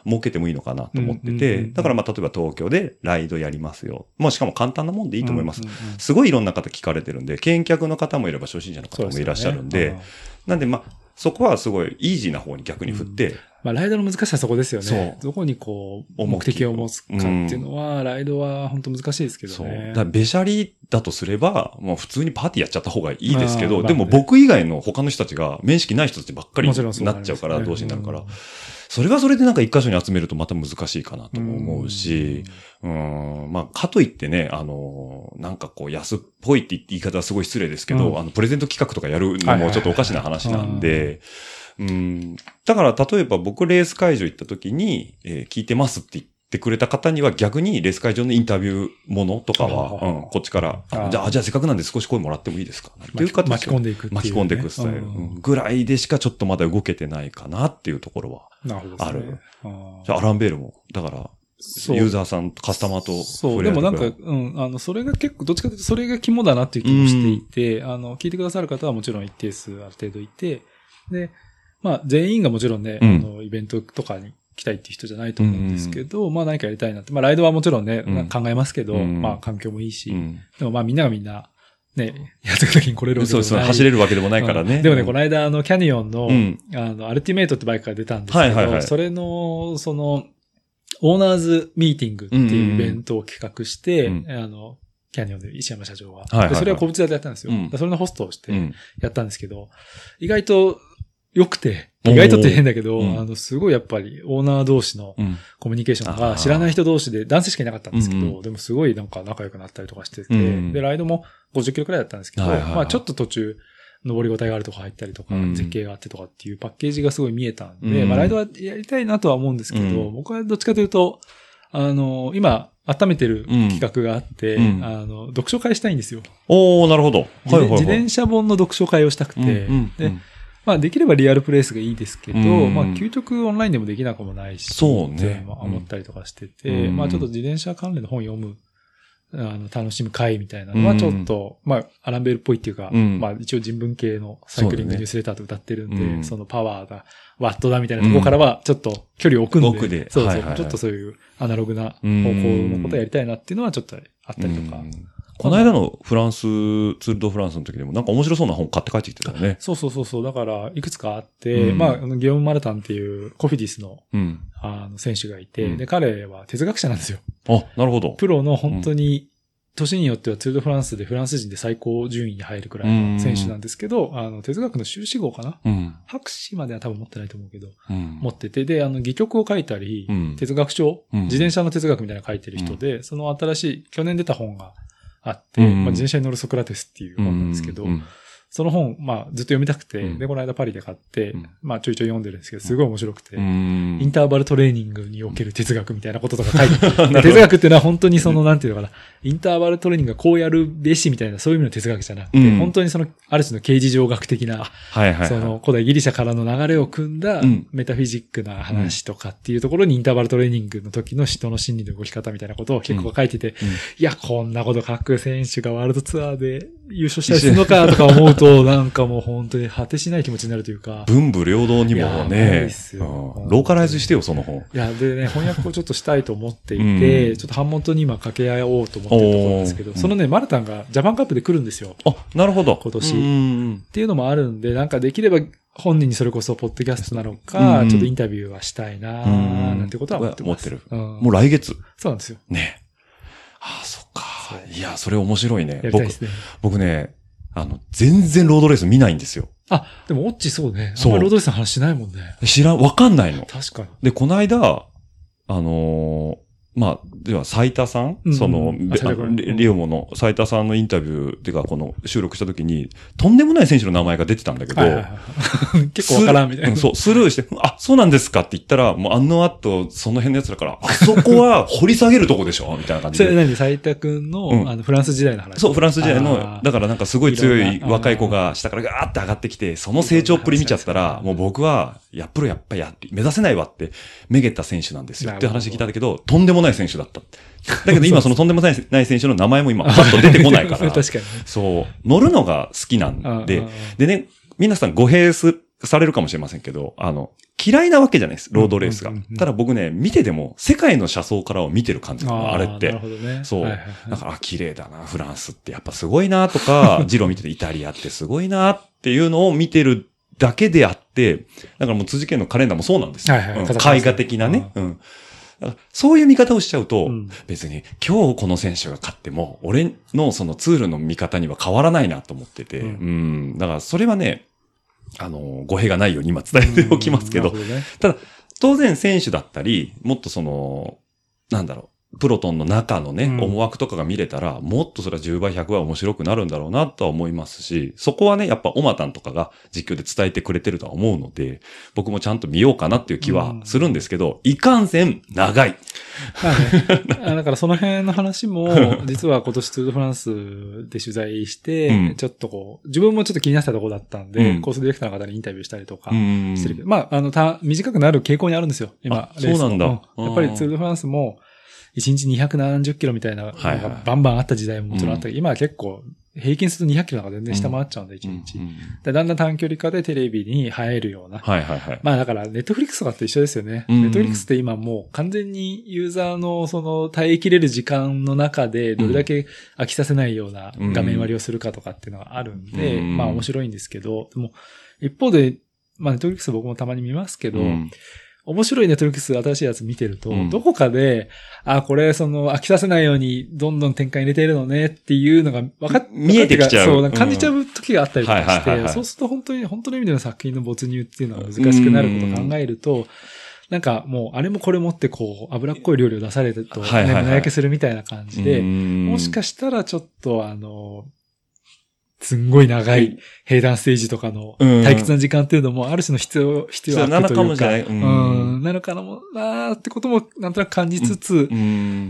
設けてもいいのかなと思ってて、だからまあ例えば東京でライドやりますよ。まあしかも簡単なもんでいいと思います。うんうんうん、すごいいろんな方聞かれてるんで、見客の方もいれば初心者の方もいらっしゃるんで、でね、なんでまあそこはすごいイージーな方に逆に振って、うん、 まあライドの難しさはそこですよね。どこにこう目的を持つかっていうのは、うん、ライドは本当難しいですけどね。そう。 だからベシャリだとすれば、もう普通にパーティーやっちゃった方がいいですけど、まあ、でも僕以外の他の人たちが面識ない人たちばっかりになっちゃうから、同士になるから、それはそれでなんか一箇所に集めるとまた難しいかなとも思うし、うん、まあ、かといってね、あの、なんかこう安っぽいって言い方はすごい失礼ですけど、うん、あの、プレゼント企画とかやるのもちょっとおかしな話なんで、うん、だから例えば僕レース会場行った時に、えー、聞いてますって言ってくれた方には逆にレース会場のインタビューものとかは、うん、こっちから、あじゃあ、じゃあせっかくなんで少し声もらってもいいですかっていう形巻き込んでいくっていう、ね。 巻き込んでいくスタイル、うん、ぐらいでしかちょっとまだ動けてないかなっていうところはある。ね、あじゃあアランベールも、だから、ユーザーさん、カスタマーと。 そう。でもなんか、うん、あの、それが結構、どっちかというとそれが肝だなっていう気もしていて、うん、あの、聞いてくださる方はもちろん一定数ある程度いて、で、まあ、全員がもちろんね、うん、あの、イベントとかに来たいっていう人じゃないと思うんですけど、うん、まあ何かやりたいなって。まあ、ライドはもちろんね、うん、考えますけど、うん、まあ、環境もいいし、うん、でもまあ、みんながみんな、ね、やってく時に来れるわけでもない。そうそう、 走れるわけでもないからね。 うん、でもね、この間、あの、キャニオンの、うん、あの、アルティメイトってバイクが出たんですけど、はいはいはい、それの、その、オーナーズミーティングっていうイベントを企画して、うん、あの、キャニオンで石山社長は。はいはいはい、それは小渕座でやったんですよ。うん、それのホストをしてやったんですけど、意外と、良くて、意外とって変だけど、うん、あの、すごいやっぱりオーナー同士のコミュニケーションが知らない人同士で、男性しかいなかったんですけど、うん、でもすごいなんか仲良くなったりとかしてて、うん、で、ライドもごじゅっキロくらいだったんですけど、はいはいはい、まあちょっと途中、登りごたえがあるとこ入ったりとか、うん、絶景があってとかっていうパッケージがすごい見えたんで、うん、まあライドはやりたいなとは思うんですけど、うん、僕はどっちかというと、あの、今、温めてる企画があって、うん、あの、読書会したいんですよ。 おー、なるほど。はいはいはい、 自転車本の読書会をしたくて、うんうんうん、で、まあできればリアルプレイスがいいですけど、うん、まあ究極オンラインでもできなくもないし、 そうね。 まあ思ったりとかしてて、うん、まあちょっと自転車関連の本読む、あの、楽しむ会みたいなのはちょっと、うん、まあアランベールっぽいっていうか、うん、まあ一応人文系のサイクリングニュースレターと歌ってるんで、そ, ね、うん、そのパワーがワットだみたいなところからはちょっと距離を置くんで、 奥でそうそう、はいはいはい、ちょっとそういうアナログな方向のことをやりたいなっていうのはちょっとあったりとか、うんこの間のフランス、ツールドフランスの時でもなんか面白そうな本買って帰ってきてたよね。 そうそうそうそう。だから、いくつかあって、うん、まあ、ギオン・マルタンっていうコフィディスの、うん、あの選手がいて、うん、で、彼は哲学者なんですよ。 あ、なるほど。 プロの本当に、年によってはツールドフランスでフランス人で最高順位に入るくらいの選手なんですけど、うん、あの、哲学の修士号かな、うん、博士までは多分持ってないと思うけど、うん、持ってて、で、あの、戯曲を書いたり、うん、哲学書、うん、自転車の哲学みたいなの書いてる人で、うん、その新しい、去年出た本が、あって、うんまあ、自転車に乗るソクラテスっていう本なんですけど、うんうん、その本、まあ、ずっと読みたくて、うん、で、この間パリで買って、うん、まあ、ちょいちょい読んでるんですけど、すごい面白くて、うん、インターバルトレーニングにおける哲学みたいなこととか書いてある。哲学っていうのは本当にその、なんていうのかな、インターバルトレーニングがこうやるべしみたいな、そういう意味の哲学じゃなくて、うん、本当にその、ある種の形而上学的な、はいはいはい、その、古代ギリシャからの流れを組んだ、メタフィジックな話とかっていうところに、インターバルトレーニングの時の人の心理の動き方みたいなことを結構書いてて、うんうん、いや、こんなこと書く選手がワールドツアーで優勝したりするのかとか思うと、なんかもう本当に果てしない気持ちになるというか。 文武両道にもね、ローカライズしてよ、その本。 いや、でね、翻訳をちょっとしたいと思っていて、うん、ちょっと版元に今掛け合おうと思ってるところなんですけど、そのね、マルタンがジャパンカップで来るんですよ。 あ、なるほど。 今年。うんっていうのもあるんで、なんかできれば本人にそれこそポッドキャストなのか、うん、ちょっとインタビューはしたいなーなんてことは思ってます。 思ってる。うん、もう来月。 そうなんですよ。 ね。ああ、そっか。いや、それ面白いね。 やりたいですね。 僕、僕ね、あの、全然ロードレース見ないんですよ。 あ、でもオッチそうね。あんまりロードレースの話しないもんね。 知らん、わかんないの。 確かに。 で、この間、あのー、まあ、では、斉田さん、うん、その、レオモの斉田さんのインタビューっていうか、この収録した時に、とんでもない選手の名前が出てたんだけど、はいはいはい、 結構わからんみたいな。 そう、スルーして、あ、そうなんですかって言ったら、もうあの後、その辺のやつだから、あそこは掘り下げるとこでしょみたいな感じで。 それ何斉田くんの、うん、あの、フランス時代の話。 そう、フランス時代の、だからなんかすごい強い若い子が下からガーって上がってきて、その成長っぷり見ちゃったら、もう僕は、やっプロやっぱりや、目指せないわって、めげた選手なんですよって話聞いたんだけど、とんでもない選手だった。だけど今そのとんでもない選手の名前も今パッと出てこないから。 確かに。 そう。乗るのが好きなんで、でね、皆さん語弊す、 されるかもしれませんけど、あの、嫌いなわけじゃないです、ロードレースが。うんうんうんうん、ただ僕ね、見てても、世界の車窓からを見てる感じなの、あれって。 なるほどね。 そう。 はいはいはい、 だから、あ、綺麗だな、フランスってやっぱすごいなとか、ジロー見ててイタリアってすごいなっていうのを見てるだけであって、だからもう辻家のカレンダーもそうなんですよ。はいはい、うん、絵画的なね。うん。そういう見方をしちゃうと、うん、別に今日この選手が勝っても、俺のそのツールの見方には変わらないなと思ってて、うん、うん、だからそれはね、あの、語弊がないように今伝えておきますけど、うんね、ただ、当然選手だったり、もっとその、なんだろう、プロトンの中のね、うん、思惑とかが見れたら、もっとそれはじゅうばい、ひゃくばい面白くなるんだろうなとは思いますし、そこはね、やっぱオマタンとかが実況で伝えてくれてるとは思うので、僕もちゃんと見ようかなっていう気はするんですけど、うん、いかんせん長い。 まあね、だからその辺の話も、実は今年ツール・ド・フランスで取材して、うん、ちょっとこう、自分もちょっと気になってたところだったんで、うん、コースディレクターの方にインタビューしたりとかしてるけど、うん、まあ、あの、た、短くなる傾向にあるんですよ、今。 そうなんだ。 うん、やっぱりツール・ド・フランスも、いちにちにひゃくななじゅっキロみたいなのがバンバンあった時代ももちろんあったけど、はいはい、今は結構平均するとにひゃくキロなんか全然下回っちゃうんで、いちにち、うんうんうん。でだんだん短距離化でテレビに映えるような。 はいはいはい。 まあだからネットフリックスとかと一緒ですよね。ネットフリックスって今もう完全にユーザーのその耐えきれる時間の中でどれだけ飽きさせないような画面割りをするかとかっていうのがあるんで、うん、まあ面白いんですけど、でも一方で、まあネットフリックス僕もたまに見ますけど、うん面白いネットフリックス新しいやつ見てると、うん、どこかで、あ、これその飽きさせないようにどんどん展開入れているのねっていうのが分かっ見えてきちゃう。 そう、感じちゃう時があったりとかして、そうすると本当に、本当の意味での作品の没入っていうのが難しくなることを考えると、なんかもうあれもこれもってこう脂っこい料理を出されると、ね、はいはいはい、胸焼けするみたいな感じで、もしかしたらちょっとあの、すんごい長い平坦ステージとかの退屈な時間っていうのもある種の必要、必要なのかもしれない。 うん。なのかなもなーってこともなんとなく感じつつ、うん、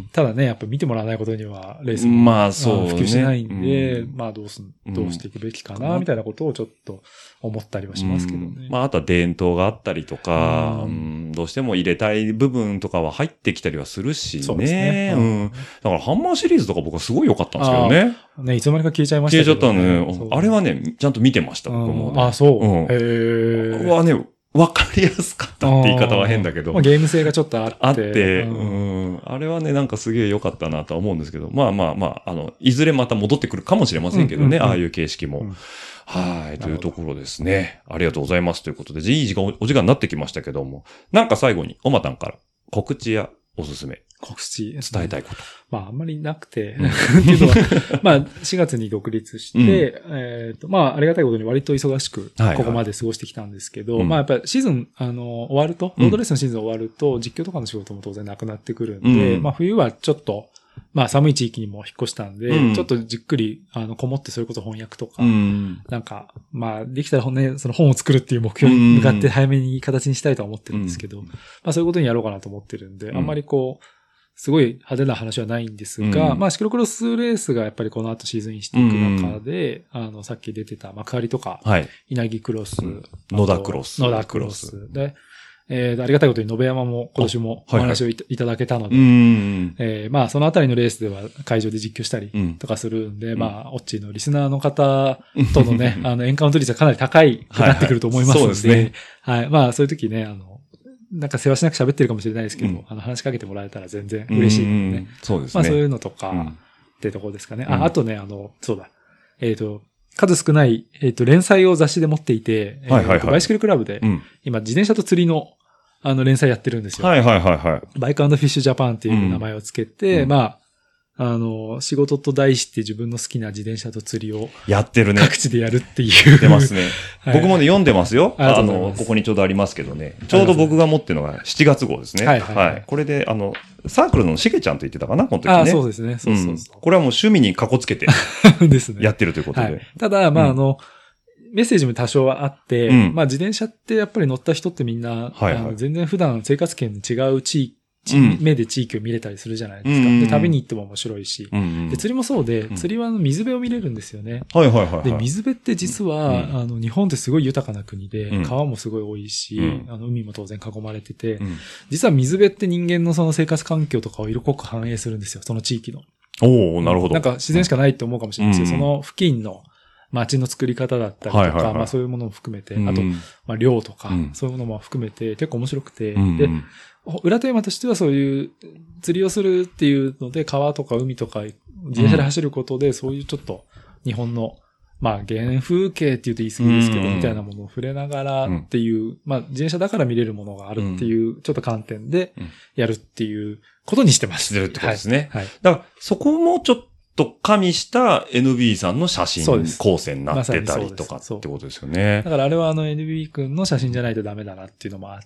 ただね、やっぱ見てもらわないことにはレースも、まあそう、ね、普及しないんで、うん、まあどうすん、どうしていくべきかな、みたいなことをちょっと思ったりはしますけどね。 うん、まああとは伝統があったりとか、うん、どうしても入れたい部分とかは入ってきたりはするしね。そうですね。うん。だからハンマーシリーズとか僕はすごい良かったんですけどね。 ね、いつの間にか消えちゃいましたけど、ね。 消えちゃったね。あれはね、ちゃんと見てました、僕も、ね。 あ、そう。うん、 へー。はね、わかりやすかったって言い方は変だけど。 まあ、ゲーム性がちょっとあって。 あって、うん、あれはね、なんかすげえ良かったなとは思うんですけど、まあまあまあ、あの、いずれまた戻ってくるかもしれませんけどね、うんうんうん、ああいう形式も。うん、はい、というところですね。ありがとうございますということで、いい時間、お時間になってきましたけども、なんか最後に、おまたんから告知やおすすめ。 告知。 伝えたいこと。 まあ、あんまりなくて。っていうのは、まあ、しがつに独立して、うん、えっと、まあ、ありがたいことに割と忙しく、ここまで過ごしてきたんですけど、はいはい、まあ、やっぱりシーズン、あの、終わると、ロードレースのシーズン終わると、実況とかの仕事も当然なくなってくるんで、うん、まあ、冬はちょっと、まあ寒い地域にも引っ越したんで、うん、ちょっとじっくり、あの、こもってそれこそ翻訳とか、うん、なんか、まあ、できたらね、その本を作るっていう目標に向かって早めに形にしたいとは思ってるんですけど、うん、まあそういうことにやろうかなと思ってるんで、うん、あんまりこう、すごい派手な話はないんですが、うん、まあシクロクロスレースがやっぱりこの後シーズンインしていく中で、うん、あの、さっき出てた幕張とか、はい、稲城クロス、うん、 野田クロス。 野田クロス。で、えー、ありがたいことに、延山も今年もお話を い,、はいはい、いただけたので、うんえー、まあ、そのあたりのレースでは会場で実況したりとかするんで、うん、まあ、オッチーのリスナーの方とのね、あの、エンカウント率はかなり高いくなってくると思いますので、はいはい、そうですね。はい。まあ、そういう時ね、あの、なんか世話しなく喋ってるかもしれないですけど、うん、あの、話しかけてもらえたら全然嬉しいのでね。うんそうですね。まあ、そういうのとか、うん、ってところですかね。あ、あとね、あの、そうだ。えっと、数少ない、えっと、連載を雑誌で持っていて、はいはいはいえー、バイシクルクラブで、うん、今、自転車と釣りの、あの、連載やってるんですよ。 はいはいはいはい。 バイク&フィッシュジャパンっていう名前をつけて、うん、まあ、あの、仕事と題して自分の好きな自転車と釣りを。 やってるね。 各地でやるっていう。 出ますね。はい、僕もね、読んでますよ。あ, あの、ここにちょうどありますけどね。ちょうど僕が持ってるのがしちがつ号ですね。はいはい、はい、はい。これで、あの、サークルのしげちゃんと言ってたかな、この時ね。 あそうですね。そうそうそう、 うん。これはもう趣味にかこつけて。ですね。やってるということで。はい、 ただ、まあ、うん、あの、メッセージも多少はあって、うん、まあ自転車ってやっぱり乗った人ってみんな、はいはい、あの全然普段生活圏の違う地域、うん、目で地域を見れたりするじゃないですか。うんうんうん、で、旅に行っても面白いし、うんうん、で、釣りもそうで、うん、釣りは水辺を見れるんですよね。はいはいはい、はい。で、水辺って実は、うん、あの、日本ってすごい豊かな国で、うん、川もすごい多いし、うん、あの、海も当然囲まれてて、うん、実は水辺って人間のその生活環境とかを色濃く反映するんですよ、その地域の。 おー、なるほど。 なんか自然しかないって思うかもしれないですけど、うん、その付近の、 街の作り方だったりとか、 はいはいはい、 まあそういうものも含めて、 うん、 あと、まあ量とか、 うん、 そういうものも含めて結構面白くて、 うん、 で、裏テーマとしてはそういう釣りをするっていうので、川とか海とか自転車で走ることで、そういうちょっと日本の、まあ原風景って言うと言い過ぎですけど、みたいなものを触れながらっていう、まあ自転車だから見れるものがあるっていう、ちょっと観点でやるっていうことにしてます。 してるってことですね。 はい。 だからそこもちょっと、と加味した エヌビー さんの写真構成になってたりとかってことですよね。 だからあれはあの エヌビー 君の写真じゃないとダメだなっていうのもあって、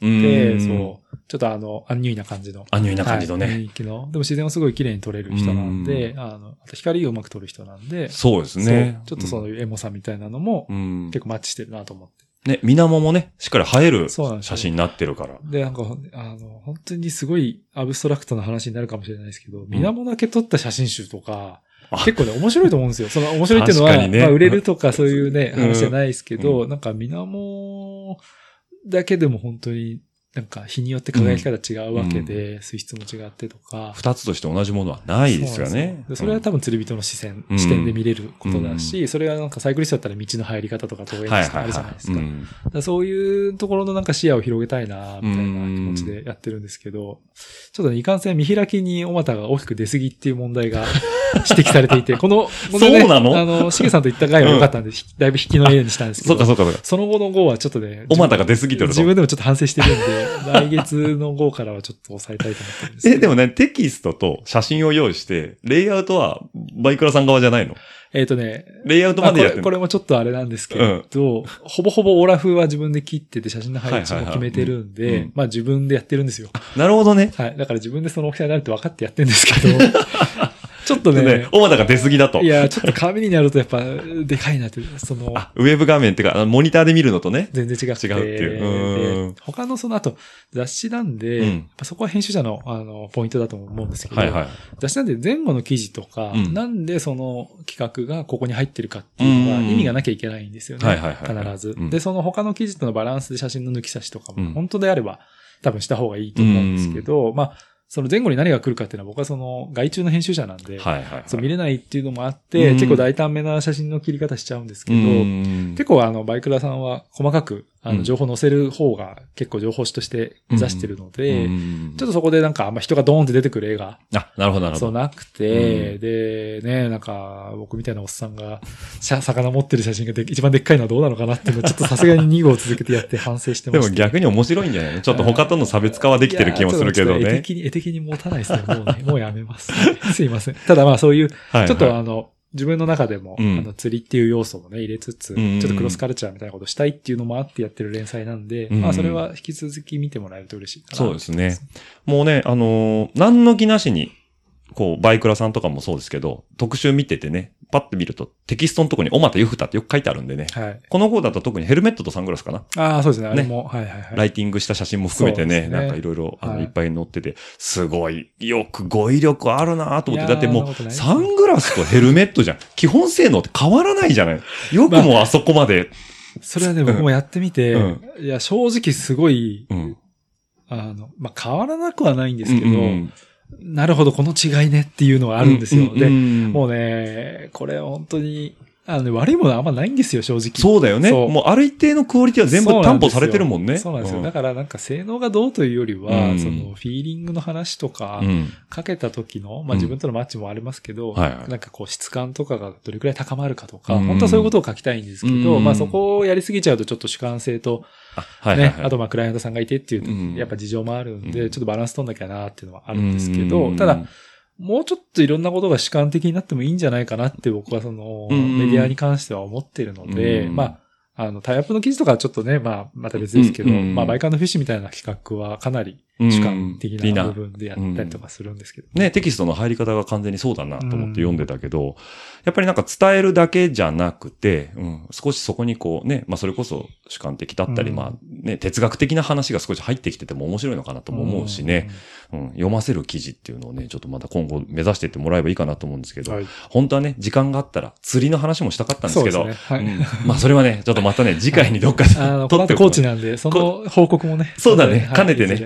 そう、ちょっとあの、アンニュイな感じの。 アンニュイな感じのね。 はい、雰囲気の。でも自然をすごい綺麗に撮れる人なんで、あの、あと光をうまく撮る人なんで。 そうですね。 ちょっとそういうエモさみたいなのも結構マッチしてるなと思って。 ね、水面もね、しっかり映える写真になってるから。 で、なんか、あの、本当にすごいアブストラクトな話になるかもしれないですけど、水面だけ撮った写真集とか、結構ね、面白いと思うんですよ。その面白いっていうのは、ね、まあ売れるとかそういうね、話じゃないですけど、うん、なんか水面だけでも本当になんか日によって輝き方違うわけで、うん、水質も違ってとか。 二つとして同じものはないですよね。 そ, それは多分釣り人の視線、うん、視点で見れることだし、うん、それはなんかサイクリストだったら道の入り方とか投影とかあるじゃないですか。そういうところのなんか視野を広げたいな、みたいな気持ちでやってるんですけど、ちょっとね、いかんせん見開きにお股が大きく出すぎっていう問題が指摘されていて、この、このね、 そうなの？ あの、しげさんと言った回は良かったんで、うん、だいぶ引きの絵にしたんですけど、 そうかそうかそうか。 その後の号はちょっとね、 お股が出すぎてると。 自分でもちょっと反省してるんで、来月の号からはちょっと抑えたいと思ってるんですけど。 え、でもね、テキストと写真を用意して、レイアウトはバイクラさん側じゃないの？ えっ、ー、とね、 レイアウトまでやってる、 まあ、これ、これもちょっとあれなんですけど、うん、ほぼほぼオラフは自分で切ってて写真の配置も決めてるんで、はいはいはいうん、まあ自分でやってるんですよ。 なるほどね。 はい。だから自分でその大きさになるって分かってやってるんですけど、ちょっとね、ねお股が出すぎだと。 いや、ちょっと紙になるとやっぱ、でかいなって、その、 あ、ウェブ画面っていうか、モニターで見るのとね。 全然違くて。 違うっていう。 で他のその後、雑誌なんで、うん、やっぱそこは編集者の、あの、ポイントだと思うんですけど、はいはい、雑誌なんで前後の記事とか、うん、なんでその企画がここに入ってるかっていうのが意味がなきゃいけないんですよね。はいはいはいはい、必ず、うん。で、その他の記事とのバランスで写真の抜き差しとかも、本当であれば多分した方がいいと思うんですけど、まあ、その前後に何が来るかっていうのは僕はその外注の編集者なんで、はいはいはい、そう見れないっていうのもあって、結構大胆めな写真の切り方しちゃうんですけど、結構あのバイクラさんは細かくあの情報載せる方が結構情報誌として目指してるので、ちょっとそこでなんかあんま人がドーンって出てくる絵が、 あ、なるほどなるほど。 そうなくて、で、ね、なんか僕みたいなおっさんが魚持ってる写真がで一番でっかいのはどうなのかなっていうのをちょっとさすがにに号続けてやって反省してました。 でも逆に面白いんじゃないの？ちょっと他との差別化はできてる気もするけどね。 絵的に、絵的に持たないですね。もうね、もうやめます、ね。すいません。ただまあそういう、はいはい、ちょっとあの、自分の中でも、うん、あの釣りっていう要素もね、入れつつ、うん、ちょっとクロスカルチャーみたいなことしたいっていうのもあってやってる連載なんで、うん、まあそれは引き続き見てもらえると嬉しいかな。 そうですね。もうね、あのー、何の気なしに、こう、バイクラさんとかもそうですけど、特集見ててね、パッと見るとテキストのとこに、おまたゆふたってよく書いてあるんでね。はい。この号だと特にヘルメットとサングラスかな。 ああ、そうですね。あれも、ね、はいはいはい。 ライティングした写真も含めてね、ねなんかいろいろ、あの、はい、いっぱい載ってて、すごい、よく語彙力あるなと思って、だってもう、サングラスとヘルメットじゃん。基本性能って変わらないじゃない。よくもあそこまで。まあ、それはね、僕もやってみて、うん、いや、正直すごい、うん、あの、まあ、変わらなくはないんですけど、うんうんなるほど、この違いねっていうのがあるんですよ。うんうんうん、で、もうね、これ本当に、あのね、悪いものはあんまないんですよ、正直。 そうだよね。もうある一定のクオリティは全部担保されてるもんね。 そうなんですよ。うん、だからなんか性能がどうというよりは、うん、そのフィーリングの話とか、うん、かけた時の、まあ自分とのマッチもありますけど、うんはいはい、なんかこう質感とかがどれくらい高まるかとか、うん、本当はそういうことを書きたいんですけど、うん、まあそこをやりすぎちゃうとちょっと主観性と、あ、はいはいはい、ね、あとまあクライアントさんがいてっていう、うん、やっぱ事情もあるんで、うん、ちょっとバランス取んなきゃなっていうのはあるんですけど、うん、ただ、もうちょっといろんなことが主観的になってもいいんじゃないかなって僕はそのメディアに関しては思っているので、うん、まあ、あの、タイアップの記事とかはちょっとね、まあ、また別ですけど、うん、まあ、バイカーのフィッシュみたいな企画はかなり主観的な部分でやったりとかするんですけど、 ね、ね、テキストの入り方が完全にそうだなと思って読んでたけど、うん、やっぱりなんか伝えるだけじゃなくて、うん、少しそこにこうね、まあ、それこそ主観的だったり、うん、まあ、ね、哲学的な話が少し入ってきてても面白いのかなとも思うしね、うん、うん、読ませる記事っていうのをね、ちょっとまた今後目指していってもらえばいいかなと思うんですけど、はい、本当はね、時間があったら釣りの話もしたかったんですけど、そうですね、はい、うん、まあ、それはね、ちょっとまたね、次回にどっかで撮って、あの、この後コーチなんで、その報告もね。 そうだね、兼ねてね。はい、だか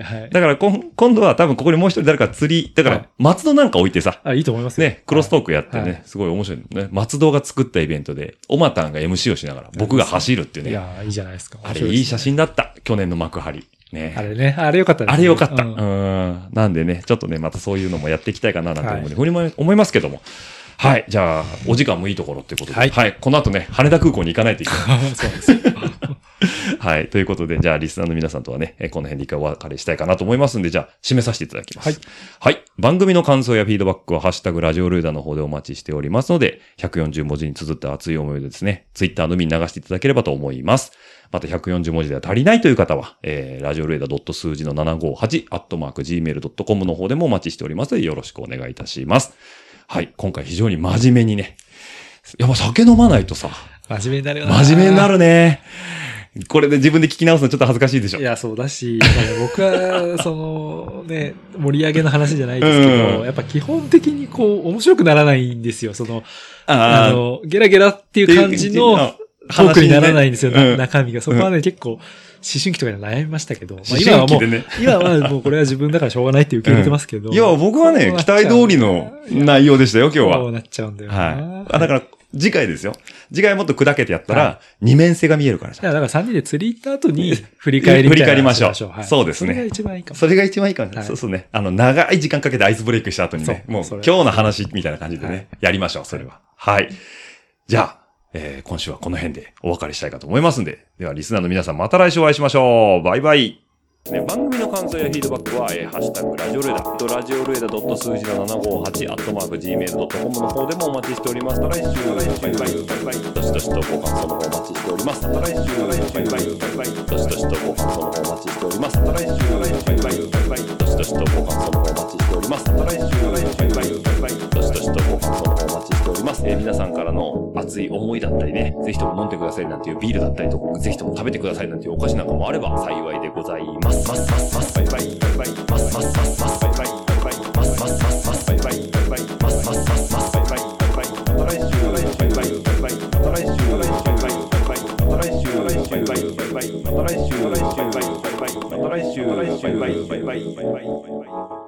からこん今度は多分ここにもう一人誰か釣り、だから松戸なんか置いてさ、 あ、いいと思いますね、クロストークやってね、 はい、 すごい面白いね。松戸が作ったイベントで、おまたんが エムシー をしながら、僕が走るっていうね。 いやー、いいじゃないですか。 あれいい写真だった。去年の幕張。ね。 あれね、あれよかったですね。 あれよかった。うん。 うんなんでね、ちょっとね、またそういうのもやっていきたいかななんて思う、はい、も思いますけども。はい。じゃあ、お時間もいいところっていうことで。はい。はい。この後ね、羽田空港に行かないといけない。 そうですよ。 はい。ということで、じゃあ、リスナーの皆さんとはね、この辺で一回お別れしたいかなと思いますんで、じゃあ、締めさせていただきます。はい。はい。番組の感想やフィードバックは、ハッシュタグラジオルエダの方でお待ちしておりますので、ひゃくよんじゅう文字に綴った熱い思いでですね、ツイッターのみに流していただければと思います。またひゃくよんじゅう文字では足りないという方は、えー、ラジオルエダ数字のななごはち、アットマーク、ジーメールドットコム の方でもお待ちしておりますので、よろしくお願いいたします。はい。今回非常に真面目にね、やっぱ酒飲まないとさ、 真面目になるよな。 真面目になるね。これで自分で聞き直すのちょっと恥ずかしいでしょ。 いや、そうだし、僕は、その、ね、盛り上げの話じゃないですけど、うん、やっぱ基本的にこう、面白くならないんですよ。その、あ, あの、ゲラゲラっていう感じのトークにならないんですよ、ね、中身が。そこはね、うん、結構、思春期とかで悩みましたけど、まあ、今はもう、ね、今はもうこれは自分だからしょうがないって受け入れてますけど。うん、 いや、僕はね、期待通りの内容でしたよ、今日は。 そうなっちゃうんだよな。 はい。だから、次回ですよ。次回もっと砕けてやったら、はい、二面性が見えるからさ。 だからさんにんで釣り行った後に振り返りみたいな。 振り返りましょう。 はい、 そうですね。 それが一番いいかも。 それが一番いいかも、はい。そうそうね。あの、長い時間かけてアイスブレイクした後にね、もう今日の話みたいな感じでね、はい、やりましょう、それは。はい。じゃあ、えー、今週はこの辺でお別れしたいかと思いますんで、ではリスナーの皆さんまた来週お会いしましょう。バイバイ。ね、番組の感想やフィードバックは、えー、ハッシュタグラジオルエダ、ラジオルエダ数字のななごはち、アットマーク、ジーメールドットコム の方でもお待ちしております。また来週、バイバイ、バイバイ、どしどしとご感想の方お待ちしております。また来週、バイバイ、バイバイ、どしどしとご感想の方お待ちしております。また来週、バイバイ、バイバイ、どしどしとご感想の方お待ちしております。また来週、バイバイ、バイバイ、どしどしとご感想の方お待ちしております。えー、皆さんからの熱い思いだったりね、ぜひとも飲んでくださいなんていうビールだったりとか、ぜひとも食べてくださいなんていうお菓子なんかもあれば幸いでございます。ますますますバイバイバイバイマスマスマスマスバイバイバイバイマスマスマスマスバイバイバイバイマスマスマスマスバイバイバイバイまた来週バイバイバイバイまた来週バイバイバイバイまた来週バイバイバイバイまた来週バイバイバイバイまた来週バイバイバイバイバイバイバイ